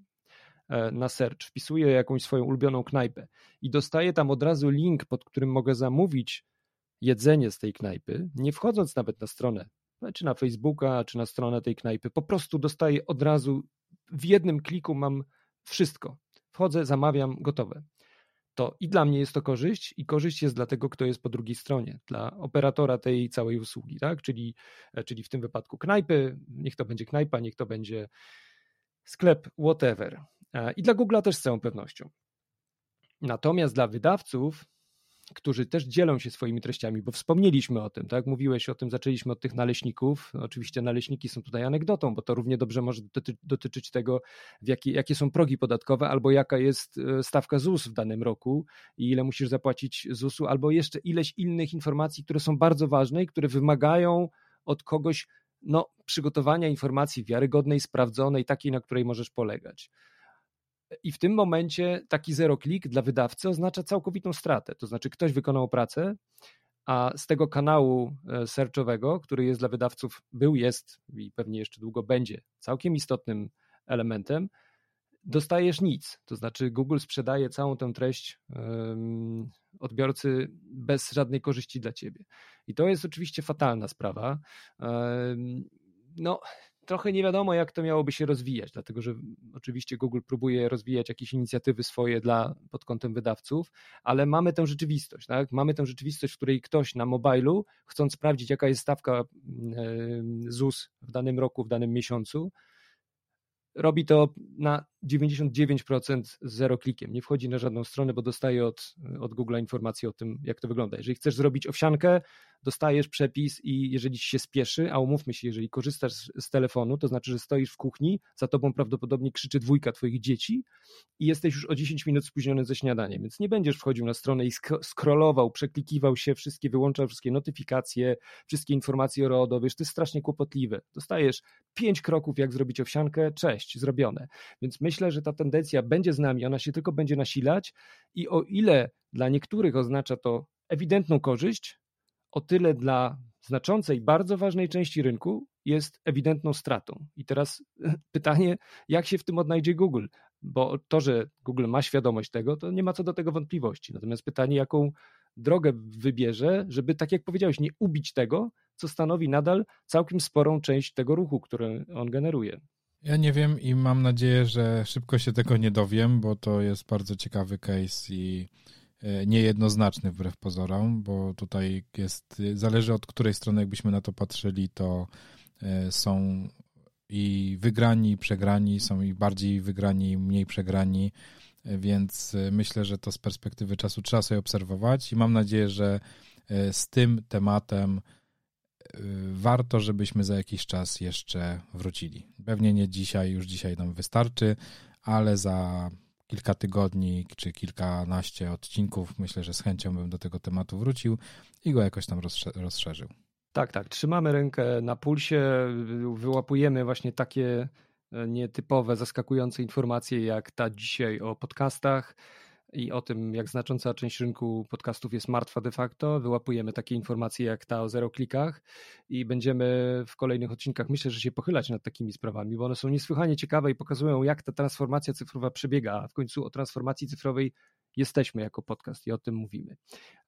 na search, wpisuję jakąś swoją ulubioną knajpę i dostaję tam od razu link, pod którym mogę zamówić jedzenie z tej knajpy, nie wchodząc nawet na stronę czy na Facebooka, czy na stronę tej knajpy. Po prostu dostaję od razu, w jednym kliku mam wszystko. Wchodzę, zamawiam, gotowe. To i dla mnie jest to korzyść i korzyść jest dla tego, kto jest po drugiej stronie, dla operatora tej całej usługi, tak? Czyli w tym wypadku knajpy, niech to będzie knajpa, niech to będzie sklep, whatever. I dla Google'a też z całą pewnością. Natomiast dla wydawców, którzy też dzielą się swoimi treściami, bo wspomnieliśmy o tym, tak? Mówiłeś o tym, zaczęliśmy od tych naleśników. Oczywiście naleśniki są tutaj anegdotą, bo to równie dobrze może dotyczyć tego, jakie są progi podatkowe, albo jaka jest stawka ZUS w danym roku i ile musisz zapłacić ZUS-u, albo jeszcze ileś innych informacji, które są bardzo ważne i które wymagają od kogoś przygotowania informacji wiarygodnej, sprawdzonej, takiej, na której możesz polegać. I w tym momencie taki zero-click dla wydawcy oznacza całkowitą stratę. To znaczy ktoś wykonał pracę, a z tego kanału searchowego, który jest dla wydawców, jest i pewnie jeszcze długo będzie całkiem istotnym elementem, dostajesz nic. To znaczy Google sprzedaje całą tę treść odbiorcy bez żadnej korzyści dla ciebie. I to jest oczywiście fatalna sprawa. Trochę nie wiadomo, jak to miałoby się rozwijać, dlatego że oczywiście Google próbuje rozwijać jakieś inicjatywy swoje pod kątem wydawców, ale mamy tę rzeczywistość, tak? Mamy tę rzeczywistość, w której ktoś na mobilu, chcąc sprawdzić, jaka jest stawka ZUS w danym roku, w danym miesiącu, robi to na 99% zero-klikiem. Nie wchodzi na żadną stronę, bo dostaje od Google'a informacje o tym, jak to wygląda. Jeżeli chcesz zrobić owsiankę, dostajesz przepis i jeżeli ci się spieszy, a umówmy się, jeżeli korzystasz z telefonu, to znaczy, że stoisz w kuchni, za tobą prawdopodobnie krzyczy 2 twoich dzieci i jesteś już o 10 minut spóźniony ze śniadaniem, więc nie będziesz wchodził na stronę i scrollował, przeklikiwał się, wyłączał wszystkie notyfikacje, wszystkie informacje o RODO, wiesz, to jest strasznie kłopotliwe. Dostajesz 5 kroków, jak zrobić owsiankę, cześć, zrobione. Więc myślę, że ta tendencja będzie z nami, ona się tylko będzie nasilać i o ile dla niektórych oznacza to ewidentną korzyść, o tyle dla znaczącej, bardzo ważnej części rynku jest ewidentną stratą. I teraz pytanie, jak się w tym odnajdzie Google? Bo to, że Google ma świadomość tego, to nie ma co do tego wątpliwości. Natomiast pytanie, jaką drogę wybierze, żeby, tak jak powiedziałeś, nie ubić tego, co stanowi nadal całkiem sporą część tego ruchu, który on generuje. Ja nie wiem i mam nadzieję, że szybko się tego nie dowiem, bo to jest bardzo ciekawy case i niejednoznaczny wbrew pozorom, bo tutaj zależy od której strony jakbyśmy na to patrzyli, to są i wygrani, i przegrani, są i bardziej wygrani, i mniej przegrani, więc myślę, że to z perspektywy czasu trzeba sobie obserwować i mam nadzieję, że z tym tematem warto, żebyśmy za jakiś czas jeszcze wrócili. Pewnie nie dzisiaj, już dzisiaj nam wystarczy, ale za kilka tygodni czy kilkanaście odcinków myślę, że z chęcią bym do tego tematu wrócił i go jakoś tam rozszerzył. Tak, trzymamy rękę na pulsie, wyłapujemy właśnie takie nietypowe, zaskakujące informacje jak ta dzisiaj o podcastach i o tym, jak znacząca część rynku podcastów jest martwa de facto. Wyłapujemy takie informacje jak ta o zero-klikach i będziemy w kolejnych odcinkach, myślę, że się pochylać nad takimi sprawami, bo one są niesłychanie ciekawe i pokazują, jak ta transformacja cyfrowa przebiega, a w końcu o transformacji cyfrowej jesteśmy jako podcast i o tym mówimy.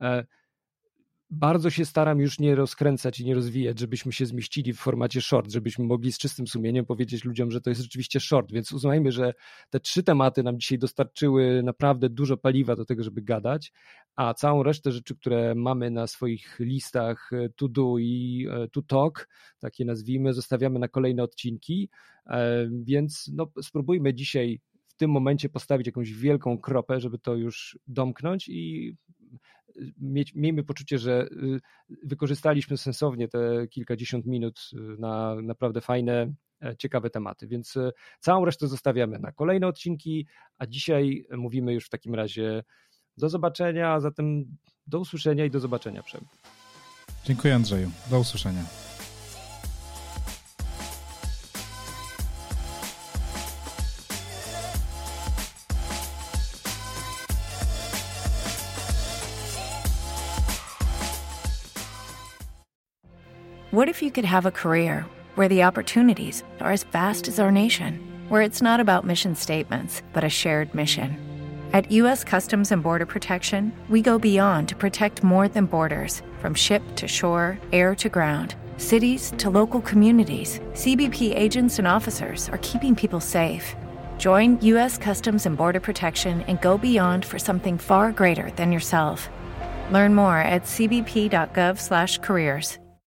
Bardzo się staram już nie rozkręcać i nie rozwijać, żebyśmy się zmieścili w formacie short, żebyśmy mogli z czystym sumieniem powiedzieć ludziom, że to jest rzeczywiście short, więc uznajmy, że te 3 tematy nam dzisiaj dostarczyły naprawdę dużo paliwa do tego, żeby gadać, a całą resztę rzeczy, które mamy na swoich listach to do i to talk, takie nazwijmy, zostawiamy na kolejne odcinki, więc spróbujmy dzisiaj w tym momencie postawić jakąś wielką kropę, żeby to już domknąć i miejmy poczucie, że wykorzystaliśmy sensownie te kilkadziesiąt minut na naprawdę fajne, ciekawe tematy, więc całą resztę zostawiamy na kolejne odcinki, a dzisiaj mówimy już w takim razie do zobaczenia, a zatem do usłyszenia i do zobaczenia. Dziękuję, Andrzeju. Do usłyszenia. What if you could have a career where the opportunities are as vast as our nation, where it's not about mission statements, but a shared mission? At U.S. Customs and Border Protection, we go beyond to protect more than borders. From ship to shore, air to ground, cities to local communities, CBP agents and officers are keeping people safe. Join U.S. Customs and Border Protection and go beyond for something far greater than yourself. Learn more at cbp.gov/careers.